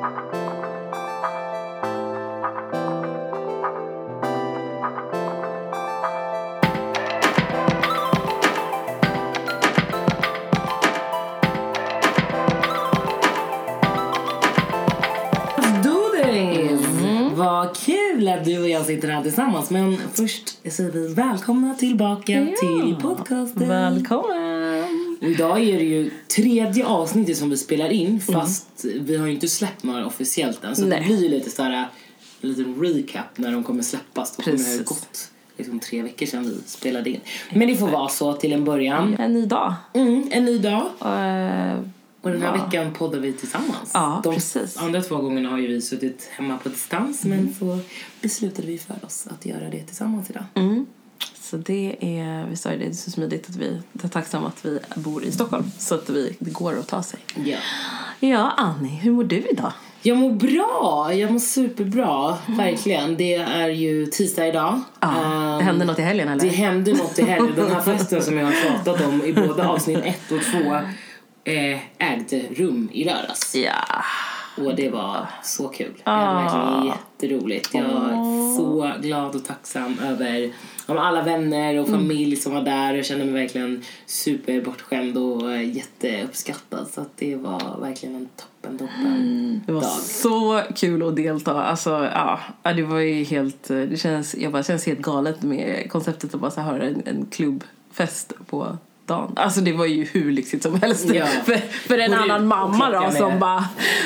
Vad kul att du och jag sitter här tillsammans. Men först säger vi välkomna tillbaka till podcasten. Välkommen. Idag är det ju 3:e avsnittet som vi spelar in. Fast vi har ju inte släppt några officiellt än. Så det blir ju lite såhär, en liten recap när de kommer släppas. Då kommer det ha gått liksom 3 veckor sedan vi spelade in. Men det får vara så till en början. En ny dag. En ny dag. Och den här veckan poddar vi tillsammans. Ja, precis. Andra 2 gångerna har ju vi suttit hemma på distans. Men så beslutade vi för oss att göra det tillsammans idag. Så det är, vi sa ju det är så smidigt att vi är tacksamma att vi bor i Stockholm. Så att det går att ta sig. Ja, Annie, hur mår du idag? Jag mår bra, jag mår superbra, verkligen. Det är ju tisdag idag. Det händer något i helgen, eller? Det händer något i helgen. Den här festen som jag har pratat om i både avsnitt 1 och 2 ägde rum i lördags. Ja. Och det var så kul. Det var verkligen jätteroligt. Jag är så glad och tacksam över alla vänner och familj som var där. Jag kände mig verkligen super bortskämd och jätteuppskattad. Så att det var verkligen en toppen Det var dag. så kul att delta. Alltså, det var ju helt, jag känns helt galet med konceptet att bara så höra en klubbfest på dagen. Alltså det var ju hur lyxigt som helst. För en annan mamma då som bara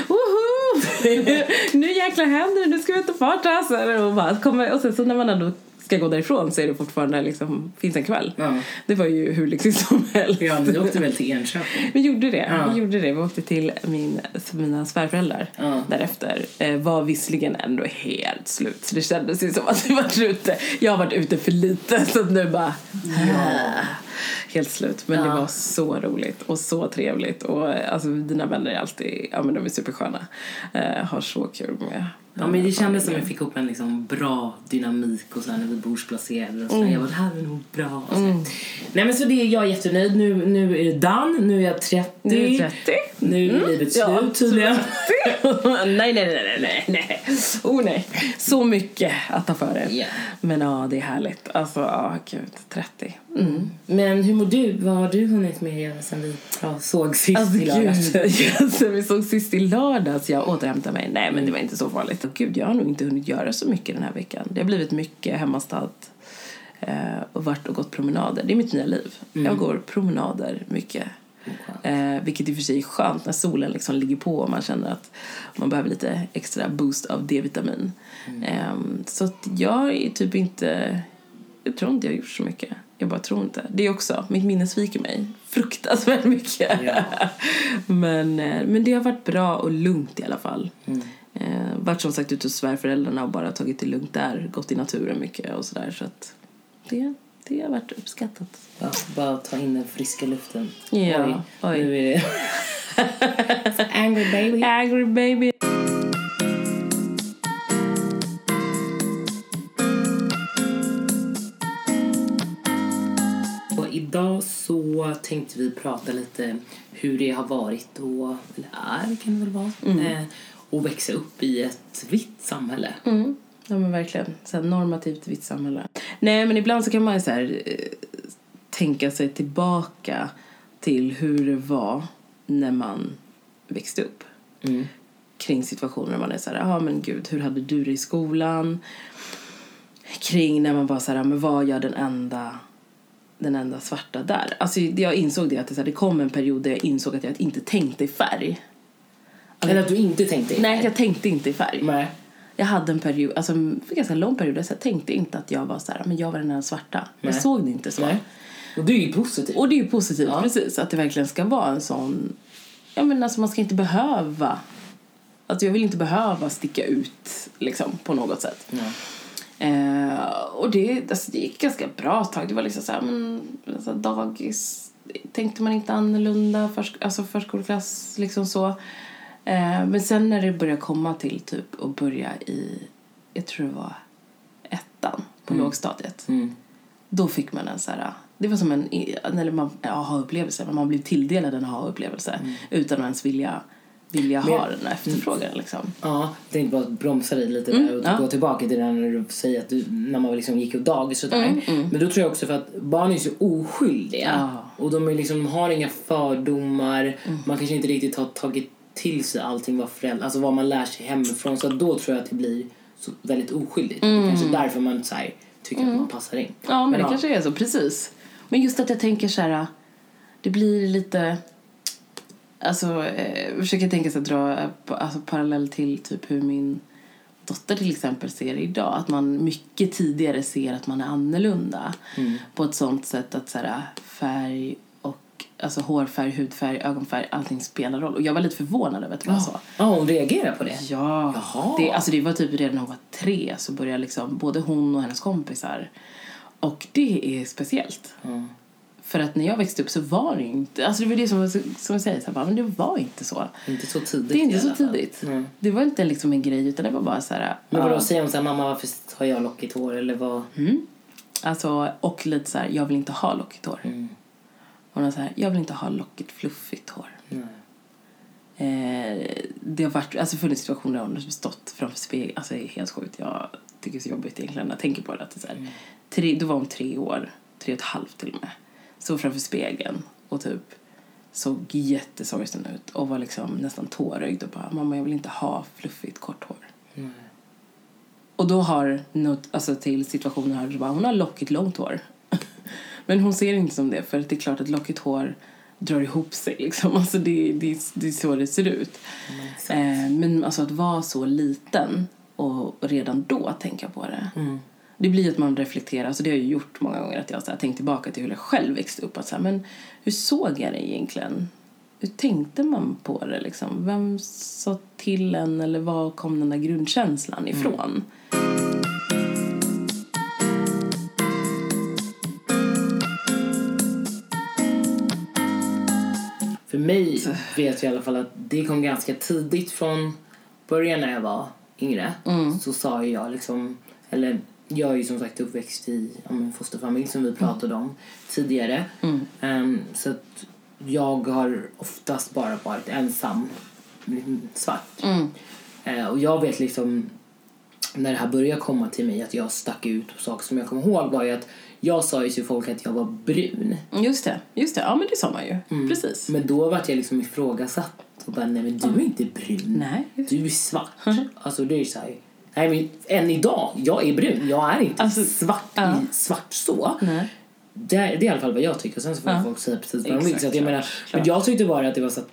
nu jäkla händer, nu ska vi inte fart alltså. Och sen så när man ändå ska gå därifrån så är det fortfarande liksom, finns en kväll. Det var ju hur lyxigt som helst. Ja, vi åkte väl till Enköping. Vi gjorde det. Vi åkte till mina svärföräldrar därefter. Var visserligen ändå helt slut. Så det kändes ju som att jag har varit ute för lite. Så nu bara helt slut. Men det var så roligt och så trevligt. Och alltså, dina vänner är alltid, de är supersköna. Har så kul med. Ja, men det kändes som att vi fick upp en liksom bra dynamik och så här när vi bordsplacerade och så. Jag var, det här är nog bra. Och så. Nej, men så det är jag jättenöjd. Nu är det done. Nu är jag 30. Nu är livet slut tydligen. Nej. Nej. Så mycket att ta för det. Men det är härligt. Alltså, gud, 30. Men hur mår du? Vad har du hunnit med sen vi såg sist i lördags? Sen vi såg sist i lördags, jag återhämtade mig. Nej, men det var inte så farligt. Gud, jag har nog inte hunnit göra så mycket den här veckan. Det har blivit mycket hemmastad och varit och gått promenader. Det är mitt nya liv. Jag går promenader mycket. Vilket i och för sig är skönt när solen liksom ligger på och man känner att man behöver lite extra boost av D-vitamin. Så att jag är typ inte, jag tror inte jag har gjort så mycket. Jag bara tror inte. Det är också, mitt minne sviker mig fruktansvärt mycket. Men det har varit bra och lugnt i alla fall. Varit som sagt ute hos svärföräldrarna och bara tagit det lugnt där. Gått i naturen mycket och sådär. Så att det har varit uppskattat. Ja, bara ta in den friska luften. Ja. Oj. Nu är det Angry baby. Och idag så tänkte vi prata lite hur det har varit och eller kan det väl vara. Och växa upp i ett vitt samhälle. Ja, men verkligen. Så här normativt vitt samhälle. Nej, men ibland så kan man ju så här tänka sig tillbaka till hur det var när man växte upp. Kring situationer där man är så här, men gud, hur hade du det i skolan? Kring när man bara så här, men var jag den enda svarta där? Alltså jag insåg det att det kom en period där jag insåg att jag inte tänkte i färg. Eller att du inte tänkte i färg? Nej, jag tänkte inte i färg. Nej. Jag hade en period, alltså en ganska lång period där jag tänkte inte att jag var så här, men jag var den här svarta. Jag såg det inte så. Nej. Och det är ju positivt. Och det är ju positivt, precis. Att det verkligen ska vara en sån, alltså man ska inte behöva, alltså jag vill inte behöva sticka ut liksom på något sätt. Och det gick ganska bra ett tag. Det var liksom så här, dagis tänkte man inte annorlunda, förskoleklass liksom så. Men sen när det började komma till typ och börja i, jag tror det var 1:an på lågstadiet. Då fick man en så här, det var som en aha-upplevelse, men man blev tilldelad en aha-upplevelse utan att ens vilja vilja ha den här efterfrågan liksom. Ja, jag tänkte bara bromsa dig lite där och gå tillbaka till den när du säger att när man liksom gick och dagis och där. Men då tror jag också för att barn är så oskyldiga och de är liksom, har inga fördomar. Man kanske inte riktigt har tagit till sig allting alltså vad man lär sig hemifrån, så då tror jag att det blir så väldigt oskyldigt. Det är kanske därför man så här, tycker att man passar in. Ja, men det kanske är så, precis. Men just att jag tänker så här, det blir lite, alltså försöker tänka sig att dra parallell till typ hur min dotter till exempel ser det idag, att man mycket tidigare ser att man är annorlunda på ett sånt sätt att så här, färg och alltså hårfärg, hudfärg, ögonfärg, allting spelar roll. Och jag var lite förvånad över att det var så. Ja, hon reagerar på det? Ja, det var typ redan när hon var 3 så började liksom både hon och hennes kompisar. Och det är speciellt. För att när jag växte upp så var det inte, alltså det var det som jag säger så här, men det var inte så. Inte så tidigt. Det är inte så tidigt. Det var inte liksom en grej, utan det var bara så här. Men vadå, säger hon så här, mamma varför har jag lockigt hår eller vad? Alltså, och lite så här, jag vill inte ha lockigt hår. Hon har så här, jag vill inte ha lockigt fluffigt hår. Det har varit, alltså funnits situationer där hon har stått framför spegeln, alltså det är helt sjukt. Jag tycker det är så jobbigt egentligen när jag tänker på det, att det är så här, då var hon 3 år, 3,5 till och med. Stod framför spegeln och typ såg jättesorgsen ut och var liksom nästan tårögd och bara, mamma jag vill inte ha fluffigt kort hår. Och då har alltså till situationen här, bara, hon har lockigt långt hår. Men hon ser inte som det, för det är klart att lockigt hår drar ihop sig liksom. Alltså det är så det ser ut. Men alltså att vara så liten och redan då tänka på det. Det blir att man reflekterar, alltså det har jag gjort många gånger, att jag så här, tänkt tillbaka till hur jag själv växte upp, att så här, men hur såg jag det egentligen? Hur tänkte man på det liksom? Vem sa till en, eller var kom den där grundkänslan ifrån? För mig vet jag i alla fall att det kom ganska tidigt från början när jag var yngre. Så sa jag liksom, eller jag är ju som sagt uppväxt i en fosterfamilj som vi pratade om tidigare. Så att jag har oftast bara varit ensam svart. Och jag vet liksom när det här började komma till mig att jag stack ut, och saker som jag kommer ihåg var ju att jag sa ju till folk att jag var brun. Just det. Ja, men det sa man ju. Precis. Men då var jag liksom ifrågasatt och bara, nej men du är inte brun. Nej. Du är svart. Alltså det är så här, nej men än idag, jag är brun. Jag är inte svart så. Nej. Det är i alla fall vad jag tycker. Och sen så får folk säga precis vad de vill. Så att jag menar, men jag tyckte bara att det var så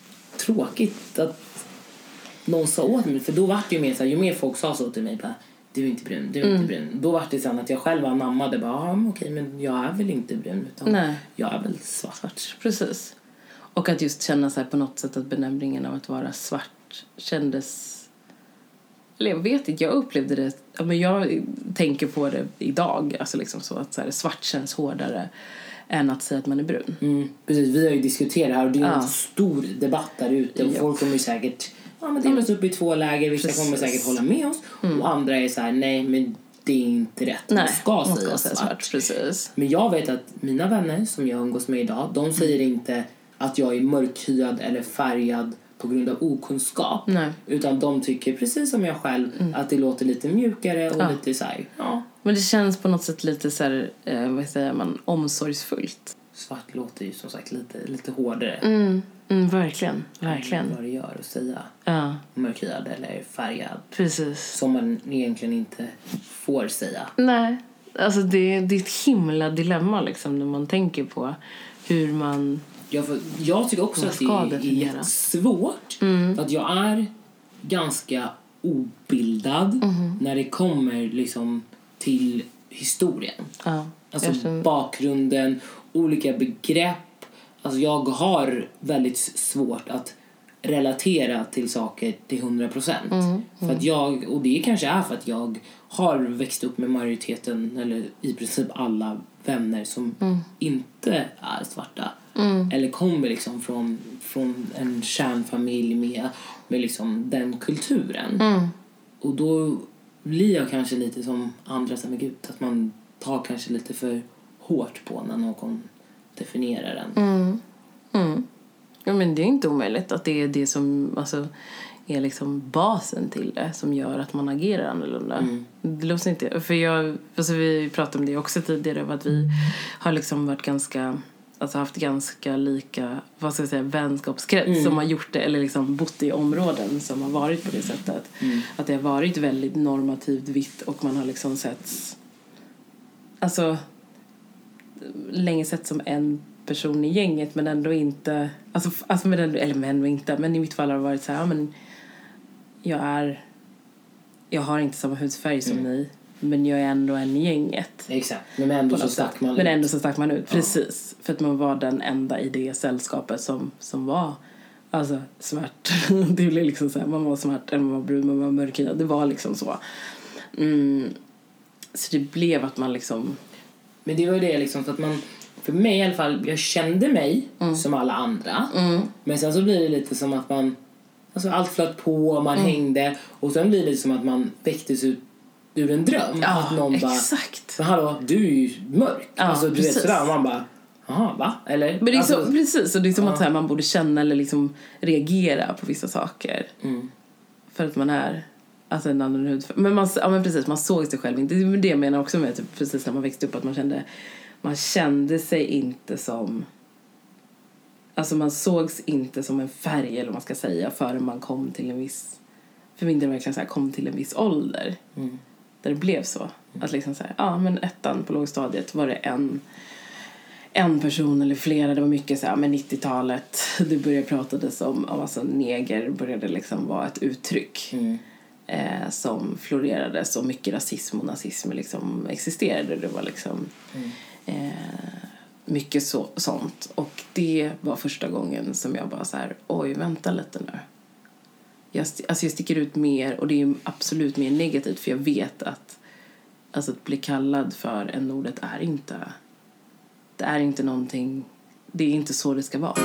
tråkigt att någon sa åt mig. För då var det ju mer så här, ju mer folk sa så till mig bara, du är inte brun, du är inte brun. Då var det sen att jag själv anammade bara, okej, men jag är väl inte brun, utan jag är väl svart. Precis. Och att just känna så här på något sätt att benämningen av att vara svart kändes, eller jag vet inte, jag upplevde det, men jag tänker på det idag, alltså liksom så att så här, svart känns hårdare än att säga att man är brun. Precis, vi har ju diskuterat här och det är en stor debatt där ute och folk kommer ju säkert men delas upp i 2 läger. Vissa kommer säkert hålla med oss och andra är så här, nej men det är inte rätt. Nej, man ska säga svart. Precis. Men jag vet att mina vänner som jag umgås med idag, de säger inte att jag är mörkhyad eller färgad på grund av okunskap. Nej. Utan de tycker precis som jag själv att det låter lite mjukare och lite så här, Men det känns på något sätt lite så här, vad säger man, omsorgsfullt. Svart låter ju som sagt lite hårdare. Verkligen. Vad det gör att säga mörkhyad eller färgad. Precis. Som man egentligen inte får säga. Nej, alltså det är ett himla dilemma liksom när man tänker på hur man... Jag tycker också att det är svårt. För att jag är ganska obildad när det kommer liksom till historien. Alltså bakgrunden, olika begrepp. Alltså jag har väldigt svårt att relatera till saker till 100%. För att och det kanske är för att jag har växt upp med majoriteten eller i princip alla vänner som inte är svarta. Eller kommer liksom från en kärnfamilj med liksom den kulturen. Och då blir jag kanske lite som andra som är gud, att man tar kanske lite för hårt på när någon definierar den. Ja, men det är inte omöjligt att det är det som alltså, är liksom basen till det som gör att man agerar annorlunda. Det låter inte... För vi pratade om det också tidigare, att vi har liksom varit ganska... Alltså haft ganska lika, vad ska jag säga, vänskapskrets som har gjort det, eller liksom bott i områden som har varit på det sättet. Att det har varit väldigt normativt vitt och man har liksom sett, alltså länge sett som en person i gänget men ändå inte, alltså med den, eller men inte, men i mitt fall har det varit så här, ja, men jag har inte samma hudfärg som ni. Men jag är ändå en i gänget. Exakt, men ändå så stack man ut. Precis, för att man var den enda i det sällskapet som var alltså svart. Det blev liksom så här, man var svart, man var brun, man var mörkhyad. Det var liksom så. Så det blev att man liksom... Men det var ju det liksom, för att man... För mig i alla fall, jag kände mig som alla andra. Men sen så blir det lite som att man... Alltså allt flöt på, man hängde. Och sen blir det som att man väcktes ut ur en dröm. Ja, att någon exakt. Men hallå, du är ju mörk. Ja, alltså du precis. vet sådär, och man bara, jaha, va? Eller? Men det är alltså, så, precis, och det är som att så här, man borde känna eller liksom reagera på vissa saker. För att man är alltså en annan hudfärg. Men precis, man såg sig själv inte. Det är det jag menar också med typ, precis när man växte upp, att man kände sig inte som, alltså man sågs inte som en färg, eller vad man ska säga, förrän man kom till en viss, för min del verkligen så här, kom till en viss ålder. Där det blev så. Att liksom så här, ja, men ettan på lågstadiet var det en person eller flera. Det var mycket så här, men 90-talet, det började pratades om alltså neger började liksom vara ett uttryck som florerade, så mycket rasism och nazism liksom existerade. Det var liksom mycket sånt. Och det var första gången som jag bara så här, oj, vänta lite nu. Jag sticker ut mer, och det är absolut mer negativt, för jag vet att alltså att bli kallad för en ordet är inte någonting, det är inte så det ska vara.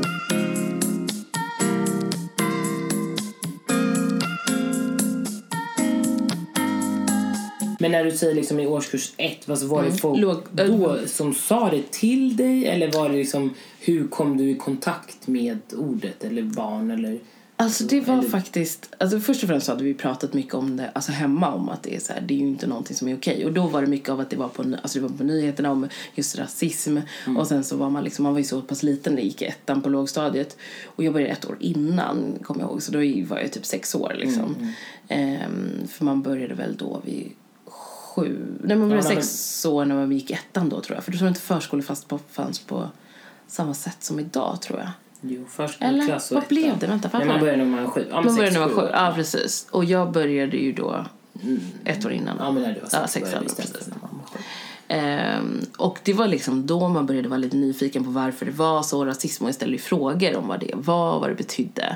Men när du säger liksom i årskurs 1, vad var det folk då som sa det till dig, eller var det liksom, hur kom du i kontakt med ordet eller barn eller? Alltså det var faktiskt, alltså först och främst så hade vi pratat mycket om det, alltså hemma, om att det är så här, det är ju inte någonting som är okej. Och då var det mycket av att det var på nyheterna om just rasism. Och sen så var man var ju så pass liten, det gick ettan på lågstadiet. Och jag började 1 år innan, kommer jag ihåg, så då var jag typ 6 år liksom. För man började väl då vid 7, nej man började 6 år när man gick ettan då, tror jag. För då tror jag inte förskolan fanns på samma sätt som idag, tror jag. Jo, förskoleklass och vad blev det? Vänta, nej, man började när man var 7. Ja, man började när man var 7, ja precis. Och jag började ju då 1 år innan. Ja, men när du var 6 år, precis. Och det var liksom då man började vara lite nyfiken på varför det var så rasism, och jag ställde frågor om vad det var, vad det betydde.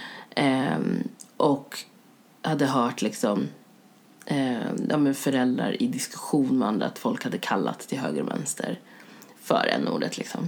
Och hade hört liksom föräldrar i diskussion med andra att folk hade kallat till höger och vänster för n-ordet liksom.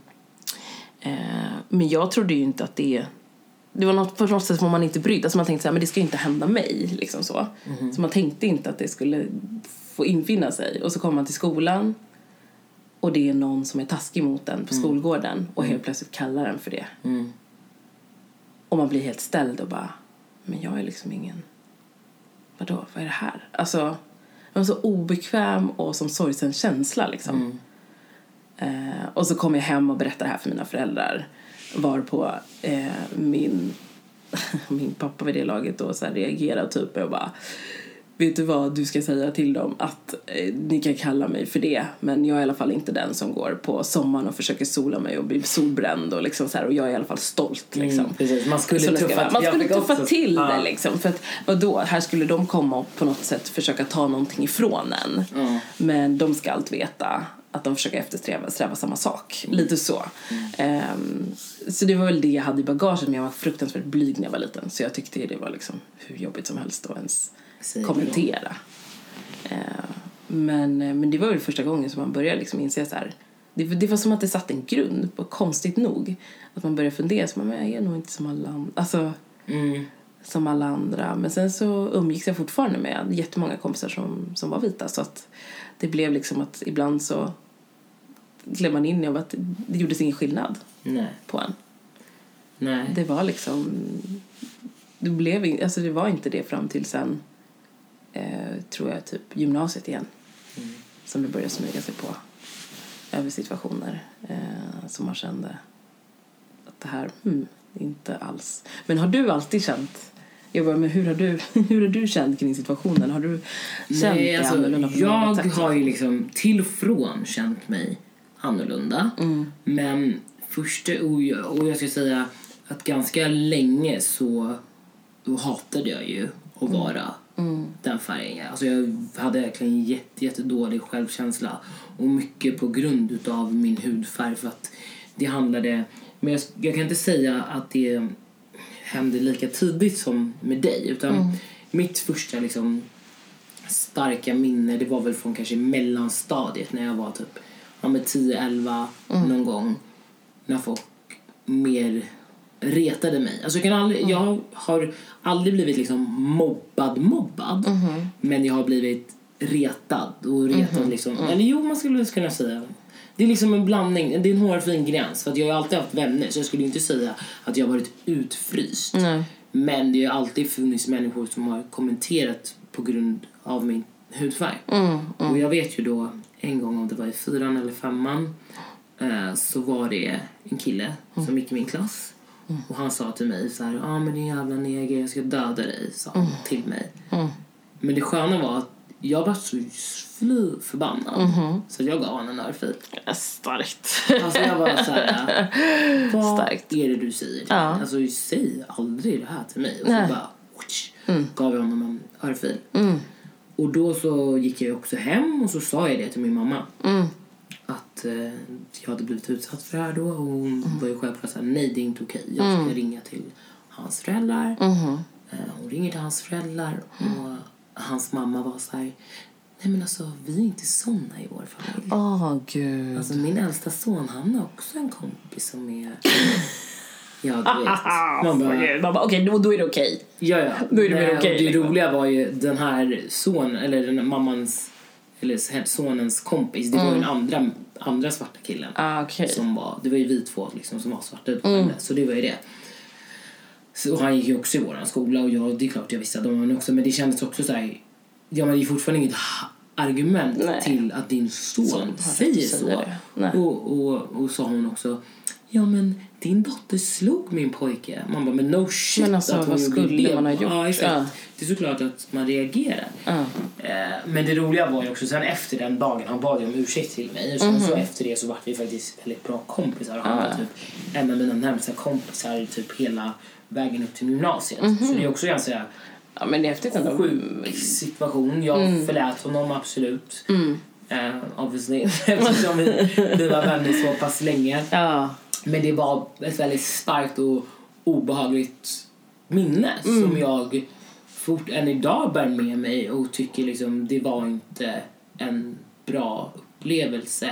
Men jag trodde ju inte att det var något, på något sätt som man inte brydde. Så man tänkte så här, men det ska ju inte hända mig liksom så. Så man tänkte inte att det skulle få infinna sig. Och så kommer man till skolan, och det är någon som är taskig mot den på skolgården, och helt plötsligt kallar den för det. Och man blir helt ställd och bara, men jag är liksom ingen, vadå, vad är det här? Alltså, det var så obekväm och som sorgsen känsla liksom. Och så kom jag hem och berättade det här för mina föräldrar, varpå min pappa vid det laget då så här reagerade typ och bara, vet du vad, du ska säga till dem att ni kan kalla mig för det, men jag är i alla fall inte den som går på sommaren och försöker sola mig och bli solbränd och liksom så här, och jag är i alla fall stolt liksom. Precis. Man skulle tuffa till det liksom, för att vadå, här skulle de komma och på något sätt försöka ta någonting ifrån en, men de ska allt veta att de försöker sträva samma sak. Lite så. Så det var väl det jag hade i bagaget, men jag var fruktansvärt blyg när jag var liten. Så jag tyckte det var liksom hur jobbigt som helst att ens kommentera. Men det var väl första gången som man började liksom inse så här. Det var som att det satt en grund på, konstigt nog. Att man började fundera, så jag är nog inte som alla andra. Alltså, som alla andra. Men sen så umgicks jag fortfarande med jättemånga kompisar som var vita. Så att det blev liksom att ibland så gled man in i att det gjordes ingen skillnad på en. Nej. Det var liksom... Det var inte det fram till sen, tror jag, typ gymnasiet igen. Som det började smyga sig på. Över situationer som man kände att det här, inte alls. Men har du alltid känt... Men hur har du känt kring situationen? Har du känt det annorlunda på något sätt? Jag har ju liksom till och från känt mig annorlunda. Men först, och jag ska säga att ganska länge så då hatade jag ju att vara den färgen. Alltså jag hade verkligen jättedålig självkänsla. Och mycket på grund utav min hudfärg. För att det handlade... Men jag kan inte säga att det hände lika tidigt som med dig. Utan mitt första liksom starka minne, det var väl från kanske mellanstadiet. När jag var typ 10-11 någon gång. När folk mer retade mig. Alltså jag har aldrig blivit liksom mobbad. Men jag har blivit retad. Och retad liksom. Eller jo, man skulle kunna säga. Det är liksom en blandning. Det är en hårfin gräns. För att jag har alltid haft vänner. Så jag skulle inte säga att jag har varit utfryst. Nej. Men det har alltid funnits människor som har kommenterat på grund av min hudfärg. Och jag vet ju då en gång, om det var i 4:an eller 5:an, så var det en kille som gick i min klass. Och han sa till mig så här: men din jävla neger, jag ska döda dig, sa han till mig. Men det sköna var att jag var så fly förbannad. Så jag gav honom en örfil. Starkt. Alltså jag var så här: vad Starkt. är det du säger till mig? Alltså säg aldrig det här till mig. Och så bara gav jag honom en örfil. Och då så gick jag också hem och så sa jag det till min mamma. Att jag hade blivit utsatt för det här då. Och hon var ju självklart såhär: nej, det är inte okej. Jag ska ringa till hans föräldrar. Hon ringer till hans föräldrar. Och hans mamma var så här: nej men alltså, vi är inte såna i vår familj. Gud. Alltså min äldsta son, han har också en kompis som är... Ja, du vet. Man bara, okej, då är det okej. Ja. Då är det mer okej. Det roliga var ju den här eller den mammans, eller sonens kompis. Det var ju den andra svarta killen. Okay. Som var, det var ju vi två liksom som var svarta. Så det var ju det. Så han gick ju också i våran skola. Och det är klart jag visste att de var också. Men det kändes också så här... Ja, men det är fortfarande inget argument till att din son säger så. Och sa hon också: ja men din dotter slog min pojke. Man bara, men no shit. Men alltså, vad skulle man ha gjort? Ja, exakt. Det är såklart att man reagerar. Men det roliga var ju också, sen efter den dagen han bad om ursäkt till mig. Och sen så efter det så var vi faktiskt väldigt bra kompisar. Och han var typ en av mina närmaste kompisar typ hela vägen upp till gymnasiet. Så det är också ganska... Ja, men det är häftigt ändå. Sjuk situation. Jag förlät honom absolut. Obviously. Eftersom vi var vänner så pass länge. Men det var ett väldigt starkt och obehagligt minne som jag än idag bär med mig och tycker liksom det var inte en bra upplevelse.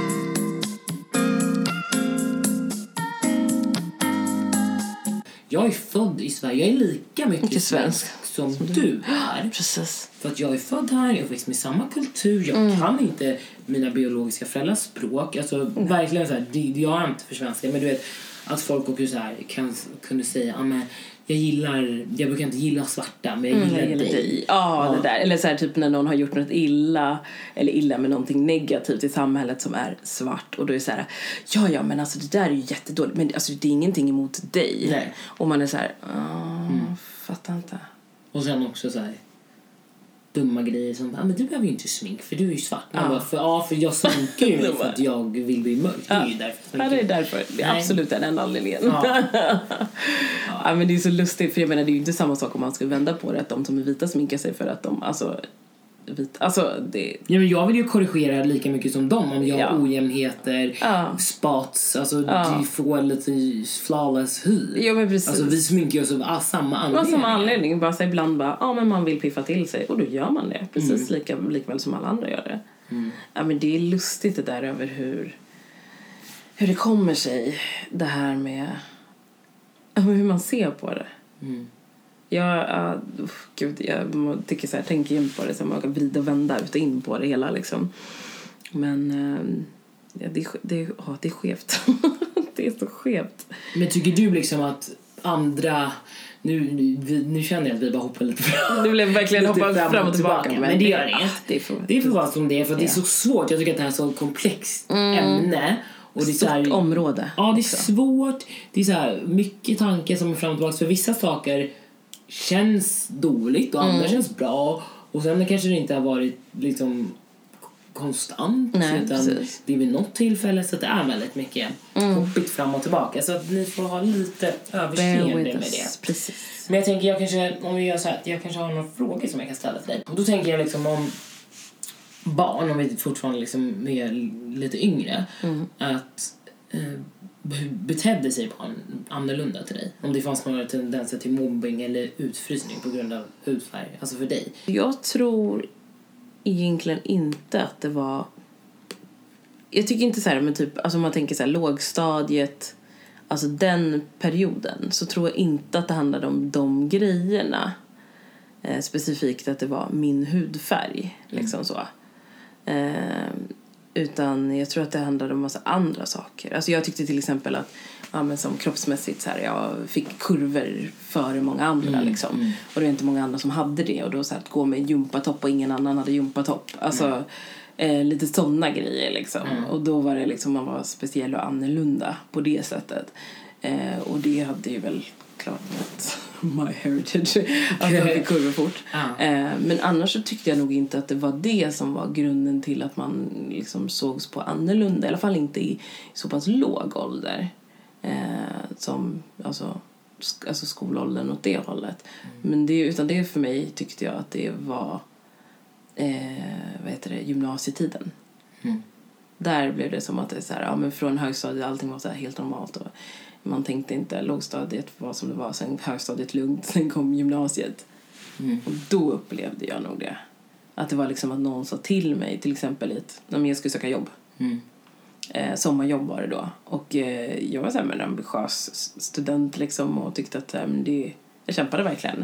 Jag är född i Sverige. Jag är lika mycket svensk som du är. Precis. För att jag är född här, jag är växt med samma kultur. Jag kan inte mina biologiska föräldrars språk. Alltså verkligen så här, jag är inte för svenska. Men du vet, att folk också så här kunde säga, men jag brukar inte gilla svarta, men jag gillar dig. Ja, det där. Eller så här, typ när någon har gjort något illa, eller illa med någonting negativt i samhället som är svart. Och då är det så här: ja, men alltså det där är ju jättedåligt. Men alltså, det är ingenting emot dig. Nej. Och man är så här, fattar inte. Och sen också så här dumma grejer som, men du behöver ju inte smink för du är ju svart. Bara, för jag sminkar ju mig för att jag vill bli mörk. Det är ju därför. Ja, det är därför. Det är absolut den anledningen. Ja, men det är så lustigt, för jag menar, det är ju inte samma sak om man ska vända på det, att de som är vita sminkar sig för att de, det... Ja, men jag vill ju korrigera lika mycket som dem om jag har ojämnheter, spots, alltså du får lite flawless hy. Ja, men precis. Alltså vi sminkar oss av samma anledning. Samma anledning, bara så ibland bara, men man vill piffa till sig och då gör man det, precis likväl som alla andra gör det. Ja, men det är lustigt det där över hur det kommer sig, det här med hur man ser på det. Jag tycker så här, tänker igen på det så man kan vrida och vända ut och in på det hela liksom. Men det är skevt. det är så skevt. Men tycker du liksom att andra... Nu känner jag att vi bara hoppar lite fram. Det blev verkligen hoppa fram och tillbaka. Men det gör inget. Det får vara som det är. För det är så svårt. Jag tycker att det här är så komplext ämne. Och det är stort så här, område. Ja, det är svårt. Det är så här mycket tankar som är fram och tillbaka. För vissa saker känns dåligt och andra känns bra. Och sen kanske det inte har varit liksom konstant. Nej, utan precis. det är vid något tillfälle så att det är väldigt mycket hoppigt fram och tillbaka. Så att ni får ha lite överseende med det. Precis. Men jag tänker, om vi gör så här, jag kanske har några frågor som jag kan ställa till dig. Och då tänker jag liksom om barn, om vi fortfarande liksom är lite yngre, att hur betedde sig barn annorlunda till dig? Om det fanns några tendenser till mobbing eller utfrysning på grund av hudfärg, alltså för dig. Jag tror egentligen inte att det var... Jag tycker inte så här, men typ, alltså om man tänker så här, lågstadiet, alltså den perioden, så tror jag inte att det handlade om de grejerna. Specifikt att det var min hudfärg, liksom så. Utan jag tror att det handlade om massa andra saker. Alltså jag tyckte till exempel att men som kroppsmässigt så här, jag fick kurvor före många andra liksom. Och det är inte många andra som hade det. Och då så här, att gå med gympatopp och ingen annan hade gympatopp. Alltså lite sådana grejer liksom. Och då var det liksom, man var speciell och annorlunda på det sättet. Och det hade ju väl klart att my heritage att jag fick kurvor fort. Men annars så tyckte jag nog inte att det var det som var grunden till att man liksom sågs på annorlunda. I alla fall inte i så pass låg ålder. Som alltså skolåldern åt det hållet. Men utan det för mig tyckte jag att det var gymnasietiden. Där blev det som att det är så här, men från högstadiet allting var så här helt normalt och man tänkte inte lågstadiet var som det var, sen högstadiet lugnt, sen kom gymnasiet. Och då upplevde jag nog det. Att det var liksom att någon sa till mig, till exempel när jag skulle söka jobb. Sommarjobb var det då. Och jag var så här en ambitiös student liksom och tyckte att jag kämpade verkligen.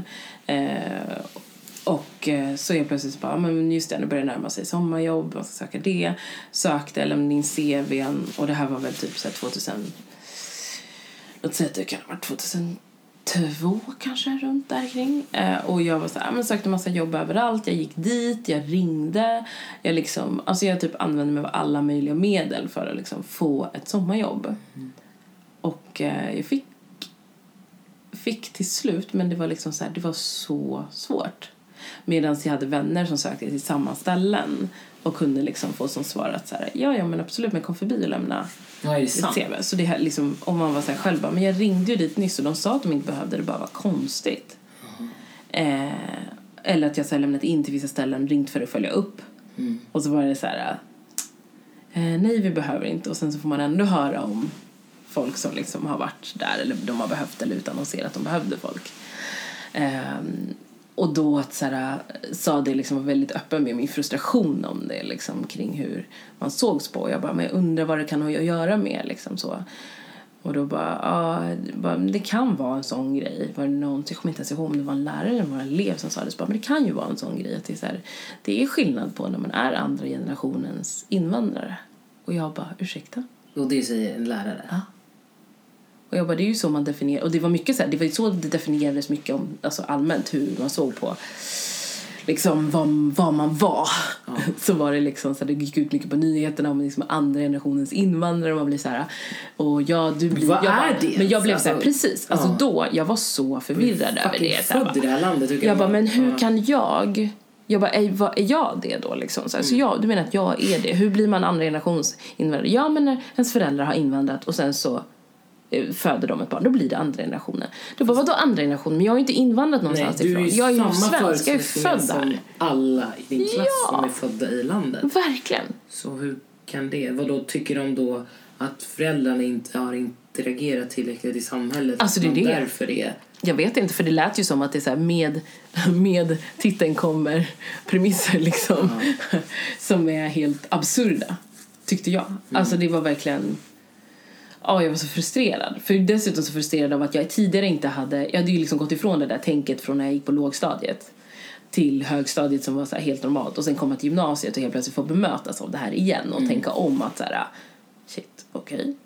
Och så är plötsligt bara, men just det, nu börjar det närma sig sommarjobb, man ska söka det. Sökte, lämnade in CV:n och det här var väl typ så här 2000, låt säga att det kan ha varit 2002 kanske, runt där kring. Och jag var så här, men sökte massa jobb överallt, jag gick dit, jag ringde, jag typ använde mig av alla möjliga medel för att liksom få ett sommarjobb. Och jag fick till slut, men det var liksom så här, det var så svårt. Medan jag hade vänner som sökte till samma ställen och kunde liksom få som svar att så här, ja men absolut, men kom förbi och lämna ett CV. Så det här liksom, om man var så här själv bara, men jag ringde ju dit nyss och de sa att de inte behövde, det bara var konstigt. Eller att jag så här lämnat in till vissa ställen, ringt för att följa upp. Och så var det så här, nej vi behöver inte. Och sen så får man ändå höra om folk som liksom har varit där eller de har behövt eller utannonserat att de behövde folk. Och då att så här, sa det liksom, var väldigt öppen med min frustration om det liksom, kring hur man sågs på. Jag bara, men jag undrar vad det kan ha att göra med liksom så. Och då bara, det kan vara en sån grej. Var det någon, jag kommer inte ens ihåg om det var en lärare eller var en elev som sa det. Så bara, men det kan ju vara en sån grej att det är så här, det är skillnad på när man är andra generationens invandrare. Och jag bara, ursäkta? Och det säger en lärare? Ja. Och jag bara, det är ju så man definierar. Och det var mycket så här, det var ju så det definierades mycket om, alltså allmänt hur man såg på liksom vad man var. Ja. Så var det liksom så här, det gick ut mycket på nyheterna om liksom andra generationens invandrare och man blir så här, och ja, du blir, vad är det? Men jag blev så här, precis. Alltså då, jag var så förvirrad över det. Så född i det här landet. Jag bara, men hur kan jag bara, är jag det då liksom? Så du menar att jag är det? Hur blir man andra generations invandrare? Ja, men när ens föräldrar har invandrat och sen så föder de ett barn, då blir det andra generationen. Då bara, vadå andra generationen? Men jag har ju inte invandrat någonstans ifrån. Jag är ju svensk, jag är född där. Alla i din klass som är födda i landet. Verkligen. Så hur kan det? Vad då tycker de då att föräldrarna inte har interagerat tillräckligt i samhället? Alltså det är det. Därför det. Jag vet inte, för det lät ju som att det är så här med titeln kommer premisser liksom som är helt absurda, tyckte jag. Alltså det var verkligen... Ja, jag var så frustrerad. För dessutom så frustrerad av att jag tidigare inte hade... Jag hade ju liksom gått ifrån det där tänket från när jag gick på lågstadiet till högstadiet som var så här helt normalt. Och sen komma till gymnasiet och helt plötsligt få bemötas av det här igen. Och tänka om att så här, shit, okej.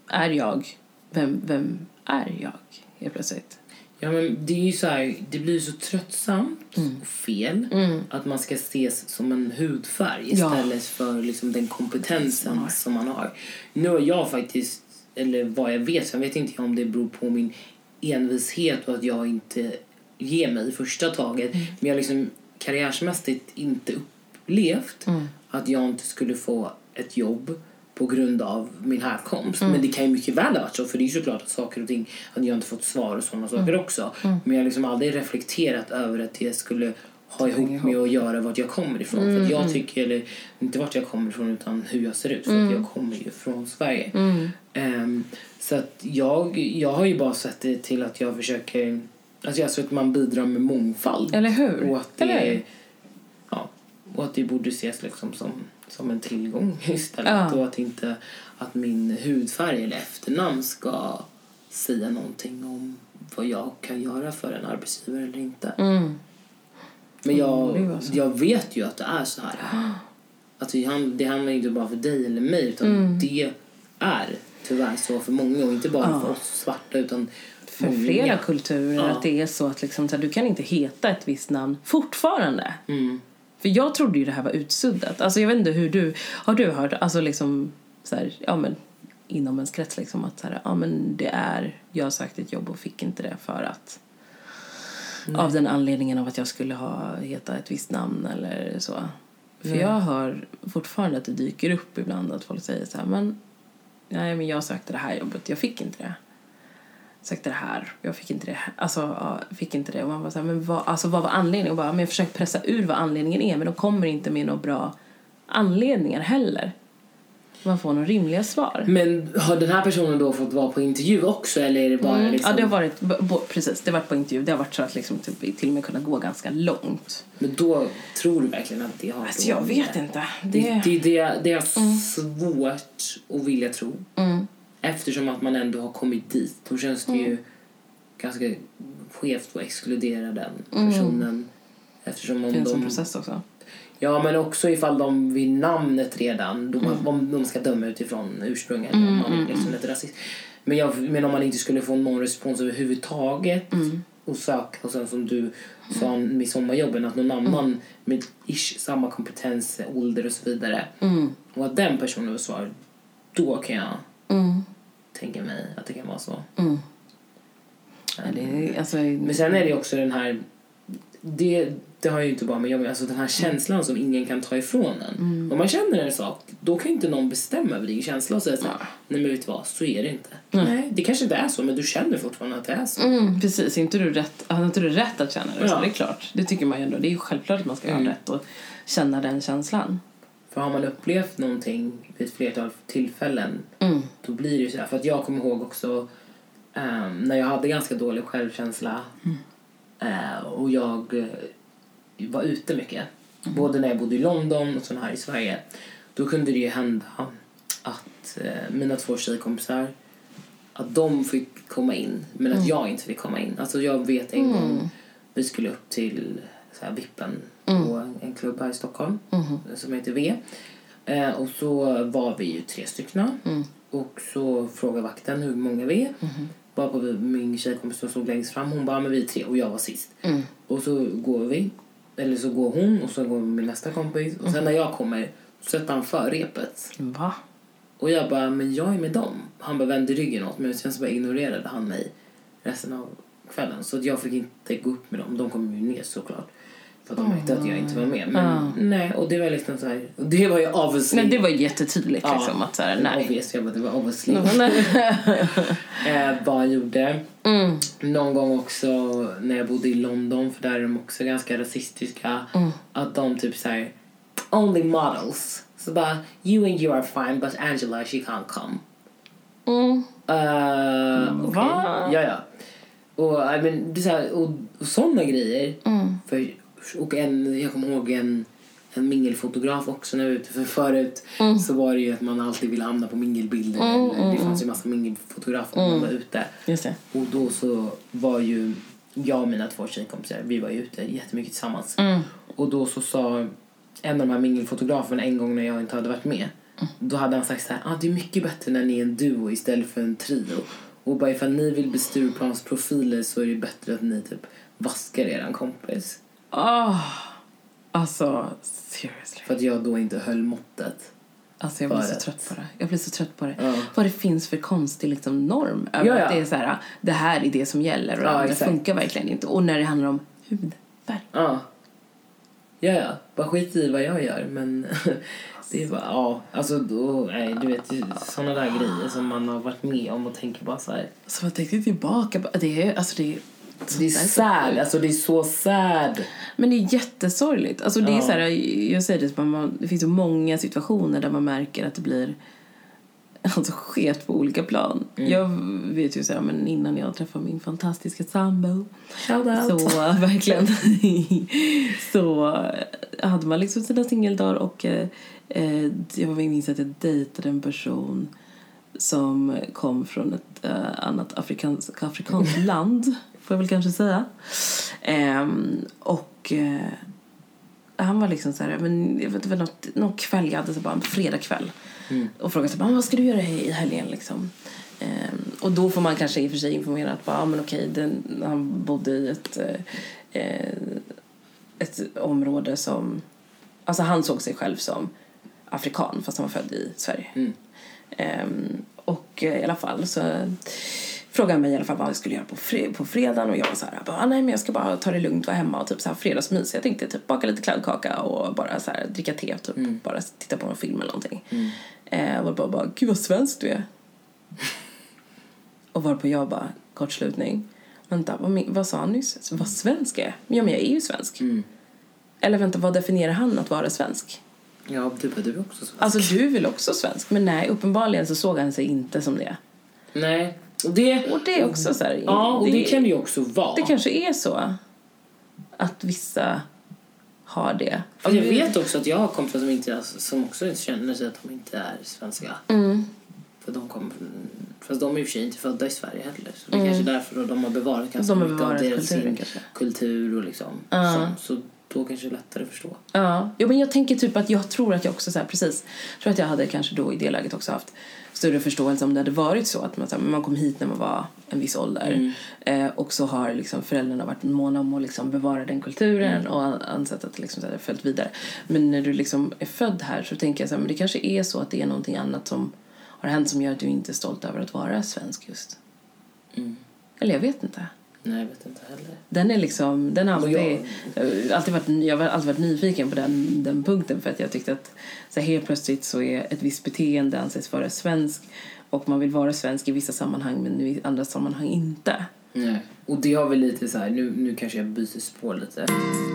är jag? Vem är jag helt plötsligt? Ja, men det är ju så här, det blir så tröttsamt och fel att man ska ses som en hudfärg istället för liksom den kompetensen som man har. Nu har jag faktiskt, eller vad jag vet, så jag vet inte om det beror på min envishet och att jag inte ger mig i första taget. Men jag har liksom karriärsmässigt inte upplevt att jag inte skulle få ett jobb på grund av min härkomst. Men det kan ju mycket väl ha varit så, för det är ju såklart att saker och ting, att jag inte fått svar och sådana saker också. Men jag har liksom aldrig reflekterat över att det skulle ha ihop med att göra vart jag kommer ifrån. För att jag tycker, eller inte vart jag kommer ifrån utan hur jag ser ut. För att jag kommer ju från Sverige. Så att jag har ju bara sett det till att jag försöker, alltså jag tror att man bidrar med mångfald. Eller hur? Och att det, och att det borde ses liksom som en tillgång istället. Och att inte att min hudfärg eller efternamn ska säga någonting om vad jag kan göra för en arbetsgivare eller inte. Men jag vet ju att det är så här. Att det handlar inte bara för dig eller mig, utan det är tyvärr så för många, och inte bara för oss svarta utan för flera kulturer, att det är så att liksom, så här, du kan inte heta ett visst namn fortfarande. För jag trodde ju det här var utsuddat. Alltså jag vet inte hur har du hört, alltså liksom så här, ja men inom ens krets liksom, att så här, ja men det är, jag har sagt ett jobb och fick inte det för att av den anledningen av att jag skulle heta ett visst namn eller så. För jag hör fortfarande att det dyker upp ibland att folk säger så här, men jag sökte det här jobbet, jag fick inte det. Sökte det här, jag fick inte det. Alltså, fick inte det. Och man var så här, men vad var anledningen? Och bara, men jag försöker pressa ur vad anledningen är, men de kommer inte med några bra anledningar heller. Man får några rimliga svar. Men har den här personen då fått vara på intervju också, eller är det bara liksom... Ja, det har varit, precis, det har varit på intervju. Det har varit så att liksom typ, till och med kunna gå ganska långt. Men då tror du verkligen att det har... Alltså, jag vet inte. Det är svårt att vilja tro. Eftersom att man ändå har kommit dit. Då känns det ju ganska skevt att exkludera den personen. Eftersom om finns en process också. Ja, men också ifall de vid namnet redan, om de ska döma utifrån ursprunget, om man är liksom ett rasist. Men om man inte skulle få någon respons överhuvudtaget och söka, och sen som du sa med sommarjobben, att någon annan med samma kompetens, ålder och så vidare, och att den personen var svar, då kan jag tänka mig att det kan vara så. Men sen är det också den här, det har ju inte bara med jobb, alltså den här känslan som ingen kan ta ifrån en. Om man känner en sak, då kan inte någon bestämma över din känsla och säga så här, nej men vet du vad, så är det inte. Nej, det kanske inte är så, men du känner fortfarande att det är så. Precis, inte du rätt att känna det, så det är klart. Det tycker man ju ändå, det är ju självklart att man ska ha rätt att känna den känslan. För har man upplevt någonting vid ett flertal tillfällen, då blir det ju så här. För att jag kommer ihåg också när jag hade ganska dålig självkänsla och jag var ute mycket. Både när jag bodde i London och så här i Sverige. Då kunde det ju hända att mina 2 tjejkompisar, att de fick komma in, men att jag inte fick komma in. Alltså jag vet en gång vi skulle upp till så här Vippen på en klubb här i Stockholm som heter V. Och så var vi ju 3 stycken. Och så frågade vakten hur många vi är. Bara på min tjejkompis som stod längst fram. Hon bara, men vi är 3 och jag var sist. Och så går vi. Eller så går hon och så går min nästa kompis. Och sen när jag kommer så sätter han för repet. Va? Och jag bara, men jag är med dem. Han bara vände ryggen åt mig. Men sen så bara ignorerade han mig resten av kvällen. Så jag fick inte gå upp med dem. De kom ju ner såklart. För att de märkte att jag inte var med. Men nej, och det var liksom så här. Och det var ju obviously. Nej, det var jättetydligt liksom att så här, nej. Obviously, jag bara, det var obviously. Vad jag gjorde. Någon gång också när jag bodde i London, för där är de också ganska rasistiska. Att de typ så här, only models. Så bara, you and you are fine, but Angela, she can't come. Okay. Ja. Och I mean, det är så här, och såna grejer. Och jag kommer ihåg en mingelfotograf också när jag var ute. För förut så var det ju att man alltid ville hamna på mingelbilder. Det fanns ju massa mingelfotografer när man var ute. Just det. Och då så var ju jag och mina 2 tjejkompisar, vi var ju ute jättemycket tillsammans. Och då så sa en av de här mingelfotograferna en gång när jag inte hade varit med, Då hade han sagt så här: det är mycket bättre när ni är en duo istället för en trio. Och bara ifall ni vill bli Stureplansprofiler så är det bättre att ni typ vaskar eran kompis. Alltså, seriously. För att jag då inte höll måttet. Alltså jag blir så trött på det. Jag blir så trött på det. Vad det finns för konstig liksom norm. Att det är så här, det här är det som gäller. Och det funkar verkligen inte. Och när det handlar om hudfärg. Ja. Bara skit i vad jag gör. Men det är bara, alltså då, nej, du vet, sådana där grejer som man har varit med om och tänker bara så här. Så man tänker tillbaka. Det är sad, alltså det är så sad. Men det är jättesorgligt. Alltså det är så här, jag säger det, det finns så många situationer där man märker att det blir alltså skevt på olika plan. Jag vet ju så här, men innan jag träffade min fantastiska sambo, så verkligen så hade man liksom sina singeldagar och jag minns att jag dejtade en person som kom från ett annat afrikanskt land, får jag väl kanske säga. Och han var liksom så här, men jag vet inte, någon kväll jag hade så bara en fredagkväll. Och frågade så bara, vad ska du göra i helgen liksom? Och då får man kanske i och för sig informera att bara, men okej, han bodde i ett område som, alltså han såg sig själv som afrikan fast han var född i Sverige. Och i alla fall så frågade mig i alla fall vad jag skulle göra på fredagen. Och jag var så här, nej men jag ska bara ta det lugnt, vara hemma och typ så här fredagsmys. Jag tänkte typ baka lite kladdkaka och bara så här dricka te typ. Bara titta på en film eller någonting. Och bara, gud vad svensk du är. Och varpå jag bara, kortslutning. Vänta, vad sa han nyss? Vad svensk är? Ja men jag är ju svensk. Eller vänta, vad definierar han att vara svensk? Ja, typ är du också svensk. Alltså du är väl också svensk. Men nej, uppenbarligen så såg han sig inte som det. Nej. Och det är också så här, och det kan det ju också vara. Det kanske är så att vissa har det. För jag vet också att jag har kompisar som också inte känner sig att de inte är svenska. För de kommer, fast de är i och för sig inte födda i Sverige heller. Så det är kanske därför att de har bevarat ganska mycket av deras kultur och liksom. Så då kanske det är lättare att förstå. Jo, men jag tänker typ att jag tror att jag också så här, precis. Jag tror att jag hade kanske då i det läget också haft större förståelse om det hade varit så att man kom hit när man var en viss ålder. Och så har liksom föräldrarna varit måna om att liksom bevara den kulturen och ansett att det liksom så här följt vidare. Men när du liksom är född här så tänker jag så här, men det kanske är så att det är någonting annat som har hänt som gör att du inte är stolt över att vara svensk just. Eller jag vet inte. Nej, jag vet inte heller. Den är liksom, jag har alltid varit nyfiken på den punkten, för att jag tyckte att så här, helt plötsligt så är ett visst beteende anses vara svensk och man vill vara svensk i vissa sammanhang men i andra sammanhang inte. Nej. Och det har väl lite så här, nu kanske jag byter spår lite.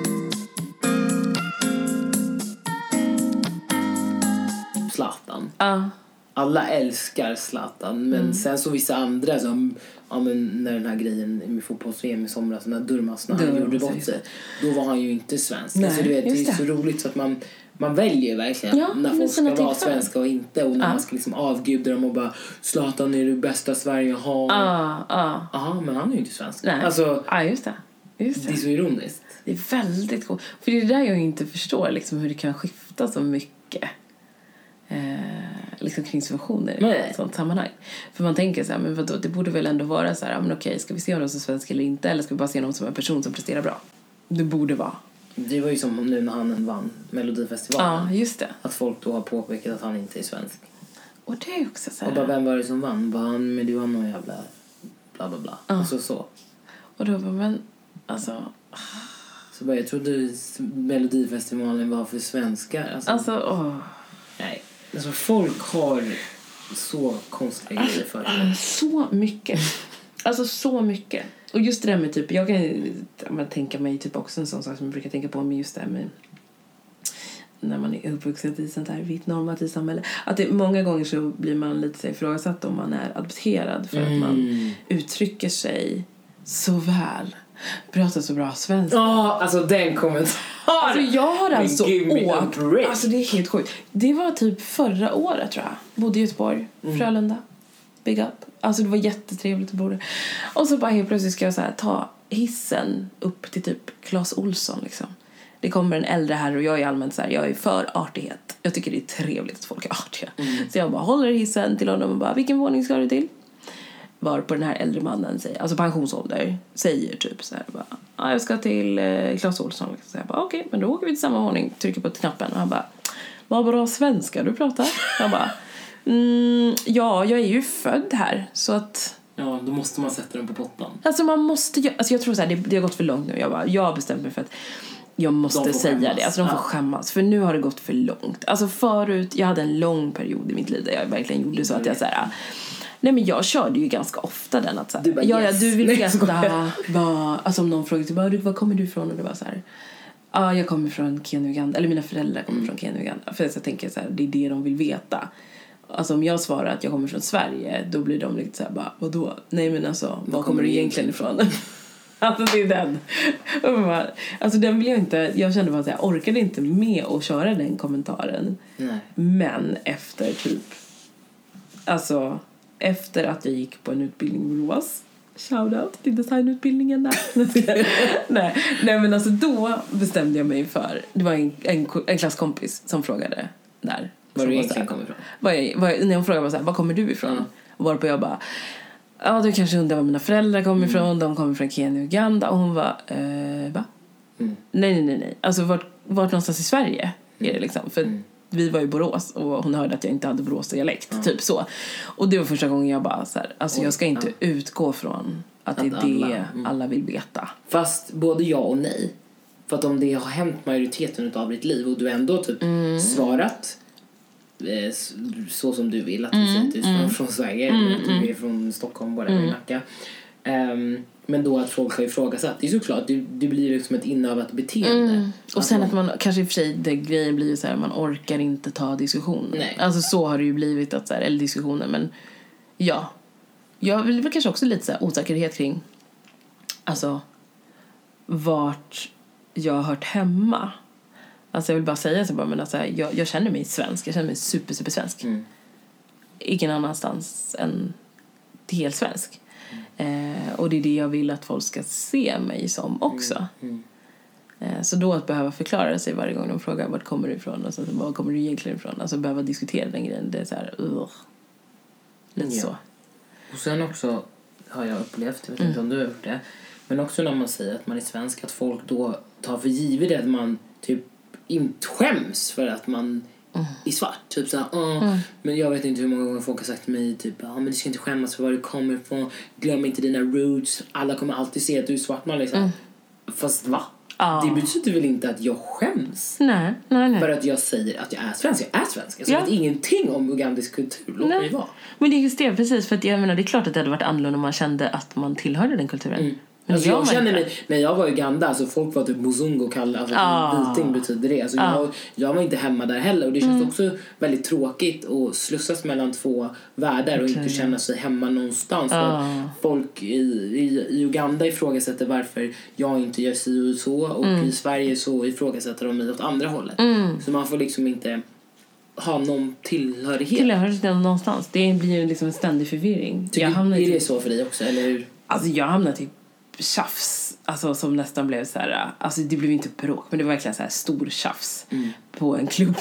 Zlatan. Alla älskar Zlatan, men sen så vissa andra som när den här grejen med fotbolls-VM i somras, när Durmaz gjorde bort sig, då var han ju inte svensk. Nej, alltså, du vet, det är så roligt så att man väljer verkligen när folk ska vara svenska och inte, och när man ska liksom avguda dem och bara, Zlatan är det bästa Sverige har. Aha, men han är ju inte svensk. Nej. Alltså, just det. Det är så ironiskt. Det är väldigt coolt. För det är det där jag inte förstår, liksom, hur det kan skifta så mycket liksom kring situationer i ett sånt sammanhang. För man tänker så här, men vadå, det borde väl ändå vara så här, men okej, ska vi se honom som svensk eller inte, eller ska vi bara se honom som en person som presterar bra? Det borde vara. Det var ju som nu när han vann Melodifestivalen. Ja, just det. Att folk då har påpekat att han inte är svensk. Och det är också så här. Och bara, vem var det som vann? Bara han, men det var någon jävla bla bla bla. Alltså så. Och då bara, men alltså... Så bara, jag trodde Melodifestivalen var för svenskar. Alltså nej. Alltså folk har så konstiga grejer för det. Så mycket. Alltså så mycket. Och just det där med typ, jag kan tänka mig typ också en sån sak som jag brukar tänka på med just det här med när man är uppvuxen i sånt här vitt normativt samhälle. Att det, många gånger så blir man lite så ifrågasatt om man är adopterad för att man uttrycker sig så väl. Pratar så bra svenska. Alltså den kommentaren. Alltså jag har alltså åkt. Alltså det är helt sjukt. Det var typ förra året tror jag. Bodde i Göteborg, Frölunda. Big up. Alltså det var jättetrevligt att bo där. Och så bara helt plötsligt ska jag så här ta hissen upp till typ Clas Ohlson liksom. det kommer en äldre här och jag är allmänt så här, jag är för artighet. Jag tycker det är trevligt att folk är artiga. Så jag bara håller hissen till honom och bara, vilken våning ska du till? Var på den här äldre mannen säger, alltså pensionsålder, säger typ så här bara, jag ska till Clas Ohlson. Så jag bara, okej, men då åker vi till samma våning, trycker på knappen och han bara, vad bra svenska du pratar. Jag bara, ja, jag är ju född här så att ja, då måste man sätta den på pottan. alltså man måste alltså jag tror så här, det har gått för långt nu. Jag har bestämt mig för att jag måste säga skämmas. det. Alltså de får skämmas. För nu har det gått för långt. Alltså förut, jag hade en lång period i mitt liv där jag verkligen gjorde så att jag så här, nej men jag körde ju ganska ofta den att så här, du bara, yes. du vill veta vad, alltså om någon frågar typ, var kommer du ifrån? Och det var så här, jag kommer från Kenya, Uganda. Eller mina föräldrar kommer från Kenya, Uganda. För jag tänker så här, det är det de vill veta. Alltså om jag svarar att jag kommer från Sverige, då blir de lite så här, bara, vadå? Nej men alltså, var kommer du egentligen ifrån? Alltså det är den. Alltså den vill jag inte, jag kände bara att jag orkade inte med att köra den kommentaren. Nej. Men efter typ, alltså efter att jag gick på en utbildning i Borås, shoutout till designutbildningen där. nej men alltså då bestämde jag mig för, det var en klasskompis som frågade där. Var du egentligen kommer ifrån? När hon frågade var så här, var kommer du ifrån? Och varpå jag bara, du kanske undrar var mina föräldrar kommer ifrån. De kommer från Kenya och Uganda. Och hon var, va? Nej. Alltså vart någonstans i Sverige är det liksom. För vi var i Borås och hon hörde att jag inte hade Borås-dialekt. Typ så. Och det var första gången jag bara så här, alltså jag ska inte utgå från att det är det alla vill veta. Fast både ja och nej. För att om det har hänt majoriteten av ditt liv och du ändå typ svarat så som du vill att du säger att du är från Sverige eller att du är från Stockholm, bara i Nacka. Men då att folk har ifrågasatt, det är såklart, det blir liksom ett inövat beteende. Och sen att man, kanske i och för sig, det grejen blir så här, man orkar inte ta diskussioner. Nej. Alltså så har det ju blivit, att så här, eller diskussioner, men ja. Jag vill väl kanske också lite så här osäkerhet kring, alltså, vart jag har hört hemma. Alltså jag vill bara säga så, men alltså, jag känner mig svensk, jag känner mig super svensk. Ingen annanstans än helt svensk. Och det är det jag vill att folk ska se mig som också. Så då att behöva förklara sig varje gång de frågar vart kommer du ifrån, alltså, var kommer du egentligen ifrån, alltså behöva diskutera den grejen, det är så här lite så. Och sen också har jag upplevt, jag vet inte om du har gjort det, men också när man säger att man är svensk, att folk då tar för givet att man typ inte skäms för att man är svart. Typ såhär, men jag vet inte hur många gånger folk har sagt till mig typ, men du ska inte skämmas för var du kommer ifrån, glöm inte dina roots, alla kommer alltid se att du är svart. Man liksom, fast va? Det betyder väl inte att jag skäms? Nej. För att jag säger att jag är svensk. Jag är svensk. Jag vet ingenting om ugandisk kultur. Låt mig vara. Men det är just det, precis. För att jag menar, det är klart att det hade varit annorlunda om man kände att man tillhörde den kulturen. Alltså jag känner mig, när jag var i Uganda, alltså folk var typ muzungo kallade, alltså viting betyder det. Alltså jag var inte hemma där heller, och det känns också väldigt tråkigt att slussas mellan två världar och inte känna sig hemma någonstans. Folk i Uganda ifrågasätter varför jag inte gör si och så, och i Sverige så ifrågasätter de mig åt andra hållet. Så man får liksom inte ha någon tillhörighet någonstans. Det blir ju liksom en ständig förvirring. Är det så för dig också, eller hur? Alltså jag hamnade typ tjafs, alltså som nästan blev så här, alltså det blev inte bråk, men det var verkligen så här stor tjafs på en klubb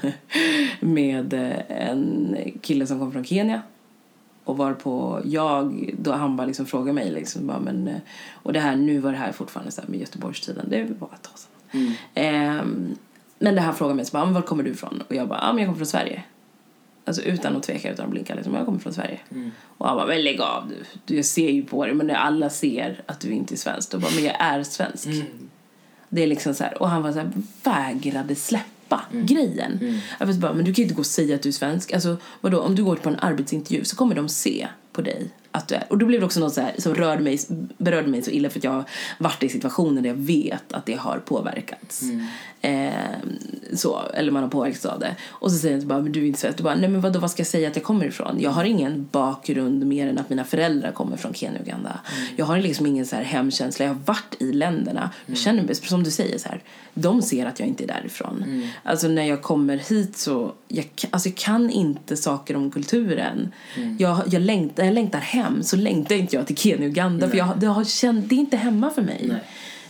med en kille som kom från Kenya, och var på då han bara liksom frågade mig liksom bara, men och det här, nu var det här fortfarande så här med Göteborgstiden, det var ett tag sedan. Men det här frågade mig så bara, men var kommer du ifrån? Och jag bara, men jag kommer från Sverige. Alltså utan att tveka, utan att blinka liksom, jag kommer från Sverige. Och han bara, men lägg av du ser ju på det, men alla ser att du inte är svensk. Och bara, men jag är svensk. Det är liksom så här, och han var så här, vägrade släppa grejen. Jag vet bara, men du kan ju inte gå och säga att du är svensk. Alltså vadå, om du går på en arbetsintervju så kommer de se på dig att du är. Och då blev det också något så här som berörde mig så illa, för att jag har varit i situationer där jag vet att det har påverkats. Så, eller man har påverkats av det. Och så säger jag bara, men du är inte svensk. Du bara, nej men vadå, vad ska jag säga att jag kommer ifrån? Jag har ingen bakgrund mer än att mina föräldrar kommer från Kenya och Uganda. Jag har liksom ingen så här hemkänsla. Jag har varit i länderna. Jag känner mig, som du säger så här, de ser att jag inte är därifrån. Alltså när jag kommer hit så jag kan inte saker om kulturen. Jag längtar hem, så längtar inte jag till Kenya och Uganda. För det är inte hemma för mig.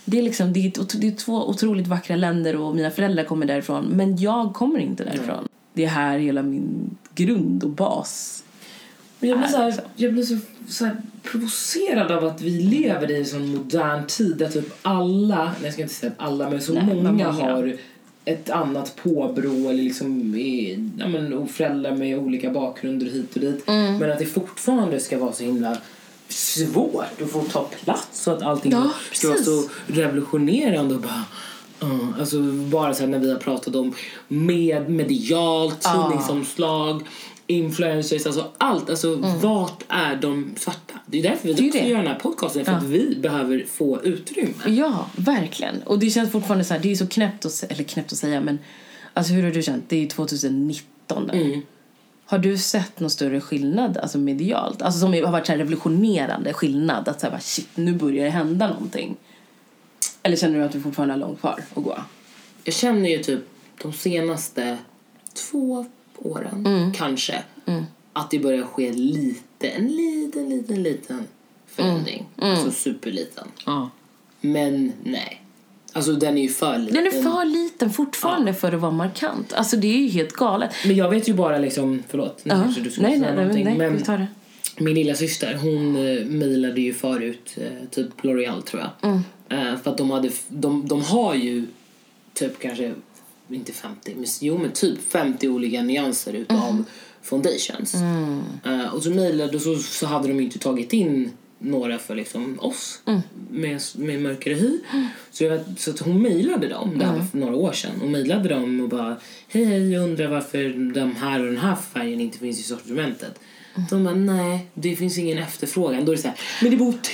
det är liksom, det är två otroligt vackra länder och mina föräldrar kommer därifrån, men jag kommer inte därifrån. Det är här hela min grund och bas. Men jag blir så här provocerad av att vi lever i en sån modern tid där typ alla, jag ska inte säga alla, men så många har ett annat påbrå eller liksom och föräldrar med olika bakgrunder hit och dit. Men att det fortfarande ska vara så himla svårt att få ta plats så att allting ska vara så revolutionerande och bara alltså bara så här när vi har pratat om medialt tidningsomslag, influencers, alltså allt, alltså vart är de svarta? Det är därför vi också gör den här podcasten, för att vi behöver få utrymme. Ja, verkligen. Och det känns fortfarande så här, det är så knäppt att säga, men alltså hur har du känt? Det är ju 2019 där. Har du sett någon större skillnad, alltså medialt? Alltså som har varit så här revolutionerande skillnad, att så här, shit, nu börjar det hända någonting. Eller känner du att du fortfarande har långt kvar att gå? Jag känner ju typ de senaste 2 åren kanske att det börjar ske en liten förändring. Alltså superliten. Men nej. Alltså den är ju för liten. Den är för liten fortfarande för att vara markant. Alltså det är ju helt galet. Men jag vet ju bara liksom, förlåt. Kanske du skulle säga någonting. Nej, vi tar det. Min lilla syster, hon mejlade ju förut typ L'Oreal tror jag. För att de har ju typ kanske inte 50, men typ 50 olika nyanser utav foundations. Och så mejlade så hade de inte tagit in några för liksom oss med mörkare hy. Så att hon mejlade dem, det här var för några år sedan. Och mejlade dem och bara, hej, jag undrar varför de här och den här färgen inte finns i sortimentet. De bara, nej, det finns ingen efterfrågan. Då är det så här, men det bor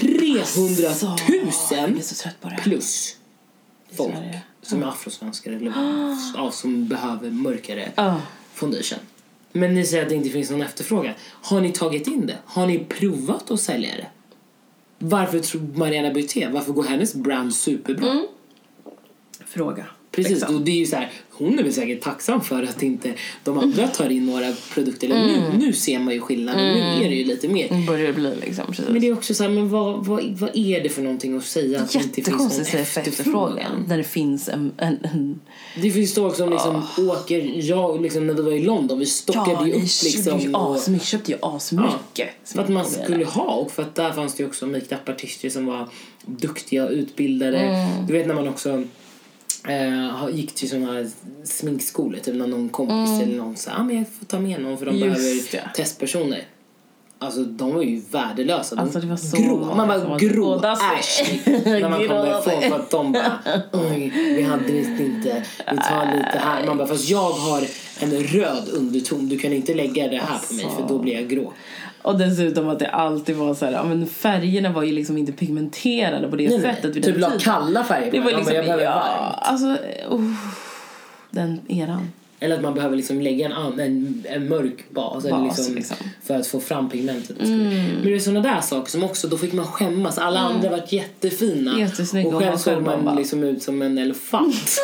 300 000 plus folk som är afrosvenskar eller som behöver mörkare foundation. Men ni säger att det inte finns någon efterfrågan. Har ni tagit in det? Har ni provat att sälja det? Varför tror Mariana Buté? Varför går hennes brand superbra? Fråga. Precis, och det är ju så här, hon är väl säkert tacksam för att inte de andra tar in några produkter. Eller nu ser man ju skillnaden, nu är det ju lite mer. Nu börjar det bli liksom, precis. Men det är också så här, men vad är det för någonting att säga att det inte finns någon efterfrågan? När det finns en... Det finns då också liksom liksom när vi var i London, vi stockade ju upp liksom. Vi köpte ju asmycket. För att man skulle ha, och för att där fanns det ju också make-up-artister som var duktiga och utbildade. Du vet när man också gick till såna här sminkskolor typ när någon kompis eller någon sa men jag får ta med någon för de behöver testpersoner. Alltså de var ju värdelösa. Alltså det var så grå. Man bara grå Ashley när man kom därifrån för att de bara oj, vi hade visst inte, vi tar lite här. Man bara, fast jag har en röd underton, du kan inte lägga det här på mig för då blir jag grå. Och dessutom att det alltid var så här, men färgerna var ju liksom inte pigmenterade på det sättet vid typ den tiden. kalla färger. Det var liksom alltså den eran. Eller att man behöver liksom lägga en mörk bas eller liksom för att få fram pigmentet. Men det är såna där saker som också, då fick man skämmas. Alla andra varit jättefina. Jättesnygga. Och själv såg man liksom ut som en elefant.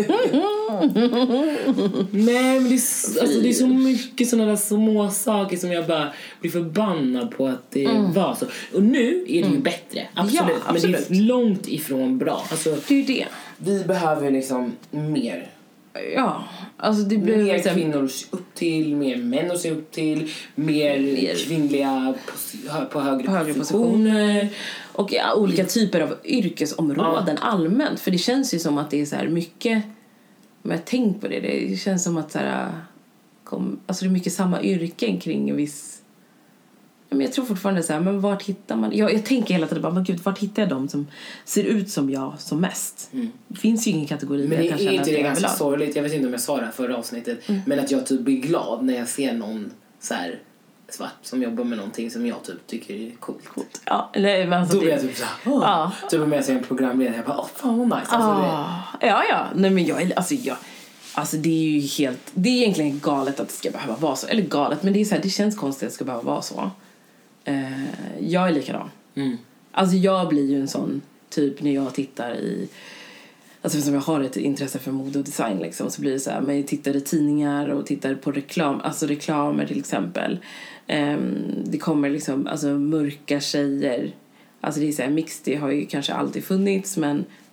Nej, men det är så mycket såna där små saker som jag bara blir förbannad på att det var så. Och nu är det ju bättre. Absolut. Ja, absolut. Men det är långt ifrån bra. Alltså, det är ju det. Vi behöver liksom mer. Ja, alltså det blir mer kvinnor att se upp till, mer män att se upp till, mer kvinnliga på högre positioner och olika typer av yrkesområden allmänt, för det känns ju som att det är så här mycket, men jag tänkt på det känns som att så här, alltså det är mycket samma yrken kring en viss. Men jag tror fortfarande så här, men vart hittar man? Jag tänker hela tiden bara, men gud, vart hittar jag dem som ser ut som jag som mest? Det finns ju ingen kategori. Men det är inte det ganska sorgligt. Jag vet inte om jag sa det här förra avsnittet, men att jag typ blir glad när jag ser någon så här svart som jobbar med någonting som jag typ tycker är coolt. Ja, eller men alltså då blir jag typ så här, typ om jag ser en programledare, jag bara, fan vad nice. Ja. Nej men alltså det är ju helt, det är egentligen galet att det ska behöva vara så, eller galet, men det är så här, det känns konstigt att det ska behöva vara så. Jag är likadan. Alltså jag blir ju en sån typ när jag tittar i, alltså som jag har ett intresse för mode och design liksom, så blir det så här, men jag tittar i tidningar och tittar på reklamer till exempel. Det kommer liksom, alltså mörka tjejer, alltså det är så här mixed, det har ju kanske alltid funnits, men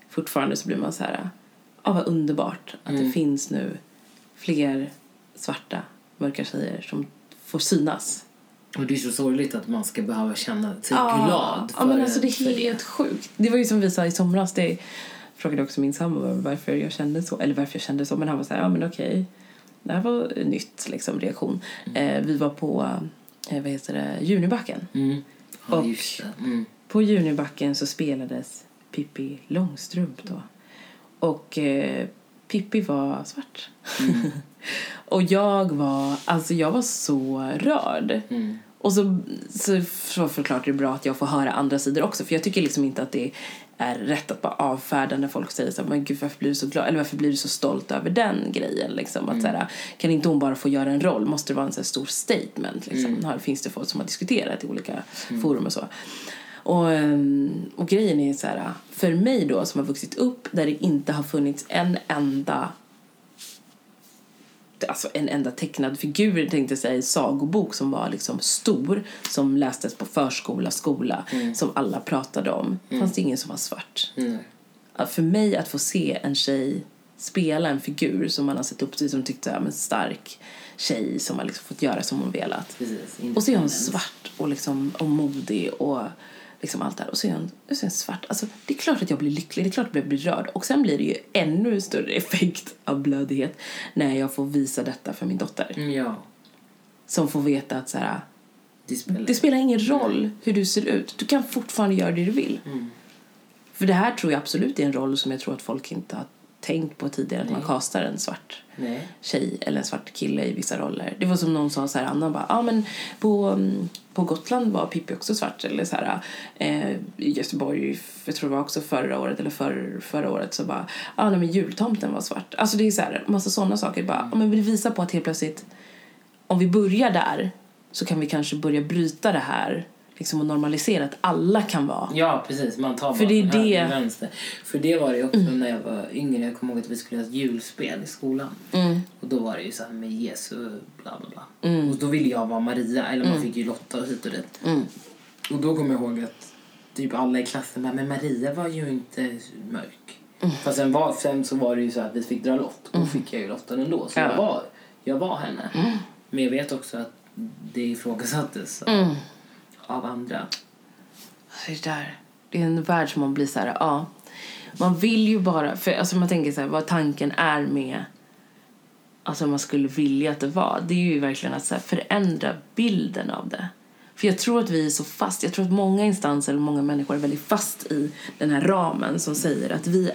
fortfarande så blir man så här, vad underbart att det finns nu fler svarta, mörka tjejer som får synas. Och det är så sorgligt att man ska behöva känna sig glad för, men alltså det är helt sjukt. Det var ju som vi sa i somras, det frågade också min sambo varför jag kände så, men han var så här, men okej. Det här var nytt liksom, reaktion. Vi var på Junibacken. Ja, och just det. På Junibacken så spelades Pippi Långstrump då. Och Pippi var svart. Och jag var så rörd. Och så förklart är det bra att jag får höra andra sidor också. För jag tycker liksom inte att det är rätt att bara avfärda när folk säger så här, men gud, varför blir du så glad? Eller varför blir du så stolt över den grejen? Liksom, att så här, kan inte hon bara få göra en roll? Måste det vara en så här stor statement? Liksom? Här finns det folk som har diskuterat i olika forum och så. Och grejen är så här, för mig då som har vuxit upp där det inte har funnits en enda tecknad figur, tänkte jag säga, sagobok som var liksom stor, som lästes på skola som alla pratade om. Fanns det ingen som var svart. För mig att få se en tjej spela en figur som man har sett upp till, som tyckte en stark tjej som har liksom fått göra som hon velat. Precis, och så är hon svart och liksom och modig och liksom allt där. Och så är hon svart. Alltså, det är klart att jag blir lycklig. Det är klart att jag blir rörd. Och sen blir det ju ännu större effekt av blödighet när jag får visa detta för min dotter. Ja. Som får veta att så här, det spelar ingen roll hur du ser ut. Du kan fortfarande göra det du vill. För det här tror jag absolut är en roll som jag tror att folk inte har tänkt på tidigare. Att man kastar en svart tjej eller en svart kille i vissa roller. Det var som någon sa så här, annan bara, men på Gotland var Pippi också svart. Eller så här, i Göteborg, jag tror det var också förra året eller förra året, så bara, men jultomten var svart. Alltså det är så här, massa sådana saker. Bara, men vi visar på att helt plötsligt, om vi börjar där, så kan vi kanske börja bryta det här. Liksom att normalisera att alla kan vara. Ja, precis. Man tar för det är det. Vänster. För det var det också när jag var yngre. Jag kommer ihåg att vi skulle ha ett julspel i skolan. Och då var det ju så här med Jesu bla bla bla. Och då ville jag vara Maria. Eller man fick ju Lotta och hit och dit. Och då kommer jag ihåg att typ alla i klassen bara, men Maria var ju inte mörk. Fast sen så var det ju så att vi fick dra lott. Och då fick jag ju Lotten ändå. Så jag var henne. Men jag vet också att det ifrågasattes av andra. Det är en värld som man blir så här, man vill ju bara, för alltså man tänker så här, vad tanken är med, alltså man skulle vilja att det var, det är ju verkligen att så här, förändra bilden av det. För jag tror att vi är så fast, jag tror att många instanser eller många människor är väldigt fast i den här ramen som säger att vi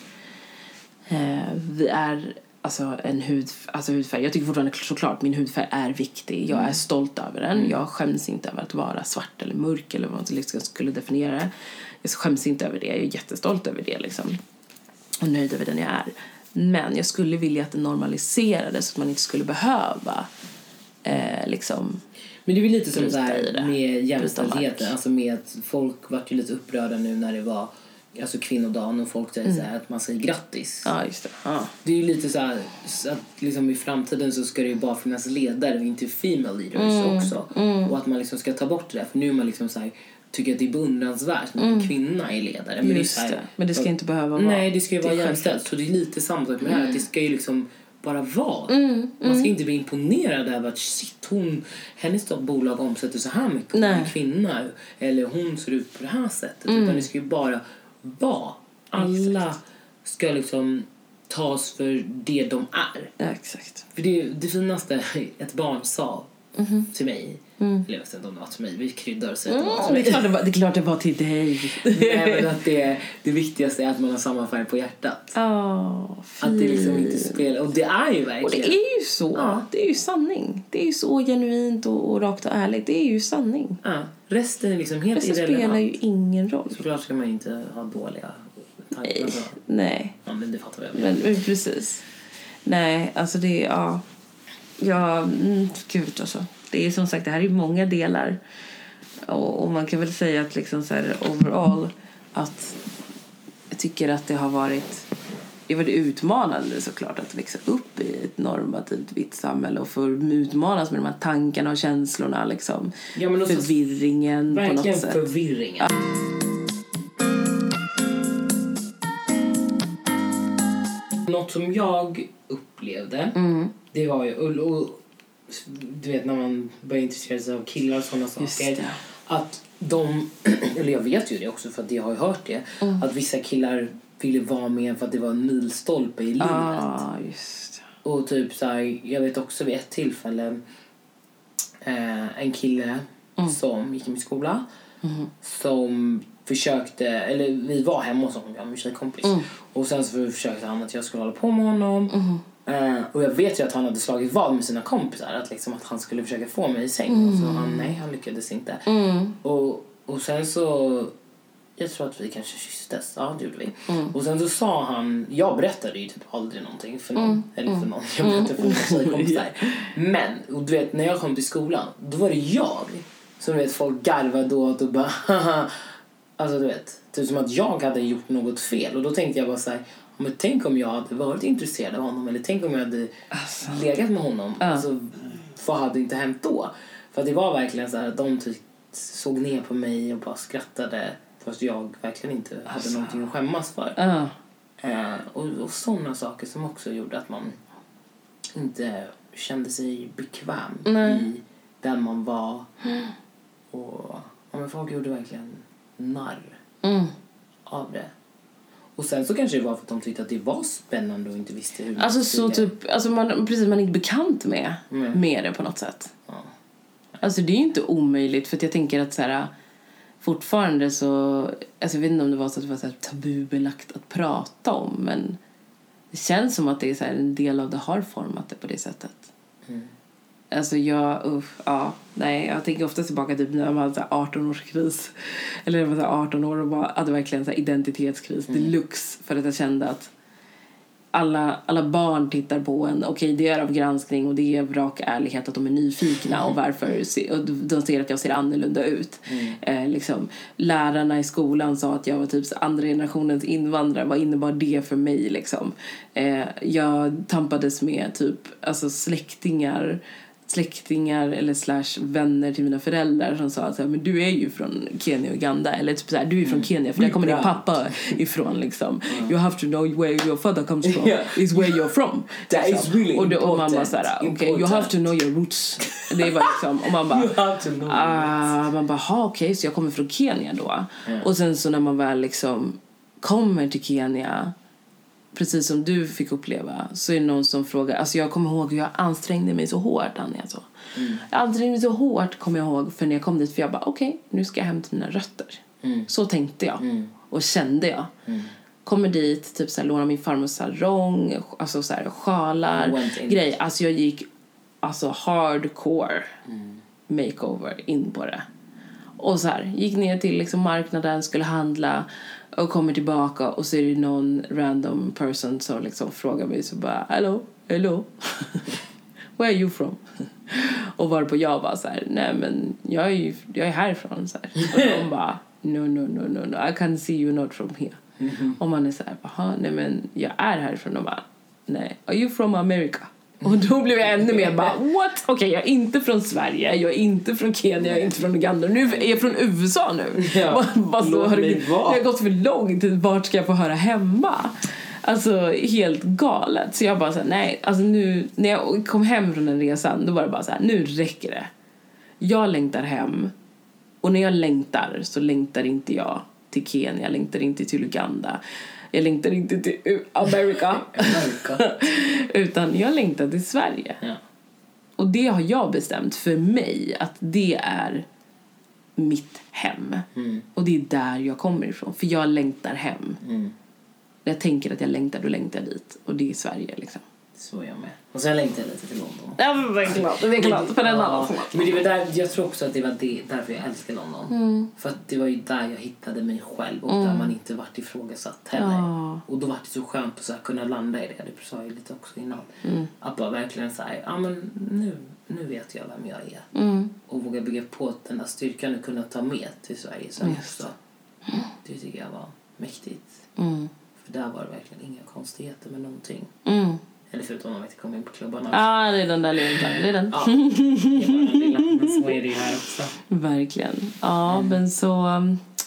är alltså hudfärg. Jag tycker fortfarande såklart min hudfärg är viktig. Jag är stolt över den. Jag skäms inte över att vara svart eller mörk eller vad man liksom skulle definiera det. Jag skäms inte över det. Jag är jättestolt över det liksom. Och nöjd över den jag är. Men jag skulle vilja att det normaliserades så att man inte skulle behöva liksom. Men det är väl lite som så här med jämställdheten, alltså med att folk var ju lite upprörda nu när det var alltså kvinnodagen och folk säger så här att man säger grattis. Ja, just det. Ja. Det är ju lite så här att liksom i framtiden så ska det ju bara finnas ledare och inte female leaders också. Och att man liksom ska ta bort det. För nu är man liksom så här, tycker att det är beundransvärt när en kvinna är ledare. Men just det. Men det ska inte behöva vara. Nej, det ska ju vara jämställt. Så det är lite samma sak med det här. Att det ska ju liksom bara vara. Man ska inte bli imponerad över att shit, hennes bolag omsätter så här mycket. Hon är en kvinna. Eller hon ser ut på det här sättet. Utan det ska ju bara vara. Alla ska liksom tas för det de är. Ja, exakt. För det finaste ett barn sa till mig. Eller jag vet inte om det var till mig. Vi kryddar och säger att det var till mig. Det är klart det var till dig. Nej, men att det viktigaste är att man har samma färg på hjärtat. Att det liksom inte spelar. Och det är ju verkligen. Och det är ju så. Ja. Det är ju sanning. Det är ju så genuint och rakt och ärligt. Det är ju sanning. Ja. Resten är liksom helt irrelevant. Resten spelar ju ingen roll. Såklart ska man inte ha dåliga tankar. Nej. Ja, men det fattar jag. Men precis. Nej, alltså det är gud alltså. Det är som sagt, det här är många delar. Och man kan väl säga att liksom så här overall att jag tycker att det har varit utmanande såklart att växa upp i ett normativt vitt samhälle och få utmanas med de här tankarna och känslorna liksom. Ja, men förvirringen på något sätt. Verkligen förvirringen. något som jag upplevde, det var ju, och du vet när man börjar intressera sig av killar och sådana saker, att de, eller jag vet ju det också för att jag har ju hört det, att vissa killar ville vara med för att det var en milstolpe i livet. Just. Och typ så här, jag vet också vid ett tillfälle en kille som gick i min skola som försökte, eller vi var hemma hos honom, jag och min tjejkompis, och sen så försökte han att jag skulle hålla på med honom. Och jag vet ju att han hade slagit vad med sina kompisar, att liksom att han skulle försöka få mig i säng, och så han lyckades inte. Och sen så, jag tror att vi kanske kysstes. Ja, det gjorde vi. Och sen så sa han, jag berättade ju typ aldrig någonting för någon, eller för någon, jag berättade för mina tjejkompisar. Men, och du vet, när jag kom till skolan, då var det jag som, du vet, folk garvade åt och bara alltså du vet, typ som att jag hade gjort något fel. Och då tänkte jag bara så här, men tänk om jag hade varit intresserad av honom, eller tänk om jag hade legat med honom, alltså vad hade inte hänt då? För det var verkligen så här att de typ såg ner på mig och bara skrattade, fast jag verkligen inte hade någonting att skämmas för. Och sådana saker som också gjorde att man inte kände sig bekväm i den man var. Och men folk gjorde verkligen narr av det. Och sen så kanske det var för att de tyckte att det var spännande och inte visste hur. Alltså så typ, alltså man är inte bekant med det på något sätt. Alltså det är ju inte omöjligt, för att jag tänker att så här, fortfarande så, alltså jag vet inte om det var så att det var så här tabubelagt att prata om, men det känns som att det är så här, en del av det har format det på det sättet. Alltså jag tänker ofta tillbaka typ när man hade 18-årskris, eller när man var 18 år och bara hade verkligen så här identitetskris deluxe, för att jag kände att alla barn tittar på en. Okej, det är av granskning och det är av rak ärlighet att de är nyfikna och varför, och de ser att jag ser annorlunda ut. Liksom, lärarna i skolan sa att jag var typ andra generationens invandrare. Vad innebar det för mig liksom? Jag tampades med typ alltså släktingar eller vänner till mina föräldrar som sa att men du är ju från Kenya och Uganda, eller typ så här, du är från Kenya för där kommer din pappa ifrån liksom. You have to know where your father comes from. Is where you're from. That is really important. Och man bara så här, okay, you have to know your roots. Det var liksom, och man bara you have to know man bara, okej, så jag kommer från Kenya då. Och sen så när man väl liksom kommer till Kenya, precis som du fick uppleva, så är det någon som frågar, alltså jag kommer ihåg hur jag ansträngde mig så hårt, Anja, så. Jag ansträngde mig så hårt, kommer jag ihåg, för när jag kom dit, för jag bara, okej, nu ska jag hämta mina rötter. Så tänkte jag och kände jag. Kommer dit, typ så här, lånar min farmors sarong, alltså så här, sjalar, grej. Alltså jag gick hardcore makeover in på det. Och så här, gick ner till liksom marknaden, skulle handla och kommer tillbaka och så är det någon random person som liksom frågar mig, så bara hello where are you from? Och varpå jag var så här, nej men jag är härifrån så här. Och de bara no, I can see you not from here. Och man är så här, jaha, nej men jag är härifrån. Och bara, nej, are you from America? Och då blev jag ännu mer bara, what? Okej, jag är inte från Sverige, jag är inte från Kenya, jag är inte från Uganda. Nu är jag från USA nu. Ja, det har gått för lång tid, vart ska jag få höra hemma? Alltså helt galet. Så jag bara så här, nej, alltså nu när jag kom hem från den resan, då var det bara så här, nu räcker det. Jag längtar hem. Och när jag längtar så längtar inte jag till Kenya, jag längtar inte till Uganda. Jag längtar inte till Amerika. Utan jag längtar till Sverige. Ja. Och det har jag bestämt för mig, att det är mitt hem. Och det är där jag kommer ifrån. För jag längtar hem. När jag tänker att jag längtar, då längtar jag dit. Och det är Sverige liksom. Så är jag med. Och sen längtar jag lite till London. Ja, det är klart. För en annan format. Men det var där, jag tror också att det var därför jag älskar London. För att det var ju där jag hittade mig själv. Och där man inte varit ifrågasatt heller. Och då var det så skönt att så här, kunna landa i det. Det sa jag lite också innan. Att bara verkligen säga, ja men nu vet jag vem jag är. Och våga bygga på den där styrkan och kunna ta med till Sverige sen också. Det tycker jag var mäktigt. För där var det verkligen inga konstigheter med någonting. Eller förutom om man inte kom in på klubbarna. Ja, det är den där lilla. Det är den. Ja, det var den lilla. Men så är det ju här också. Verkligen. Ja, men så...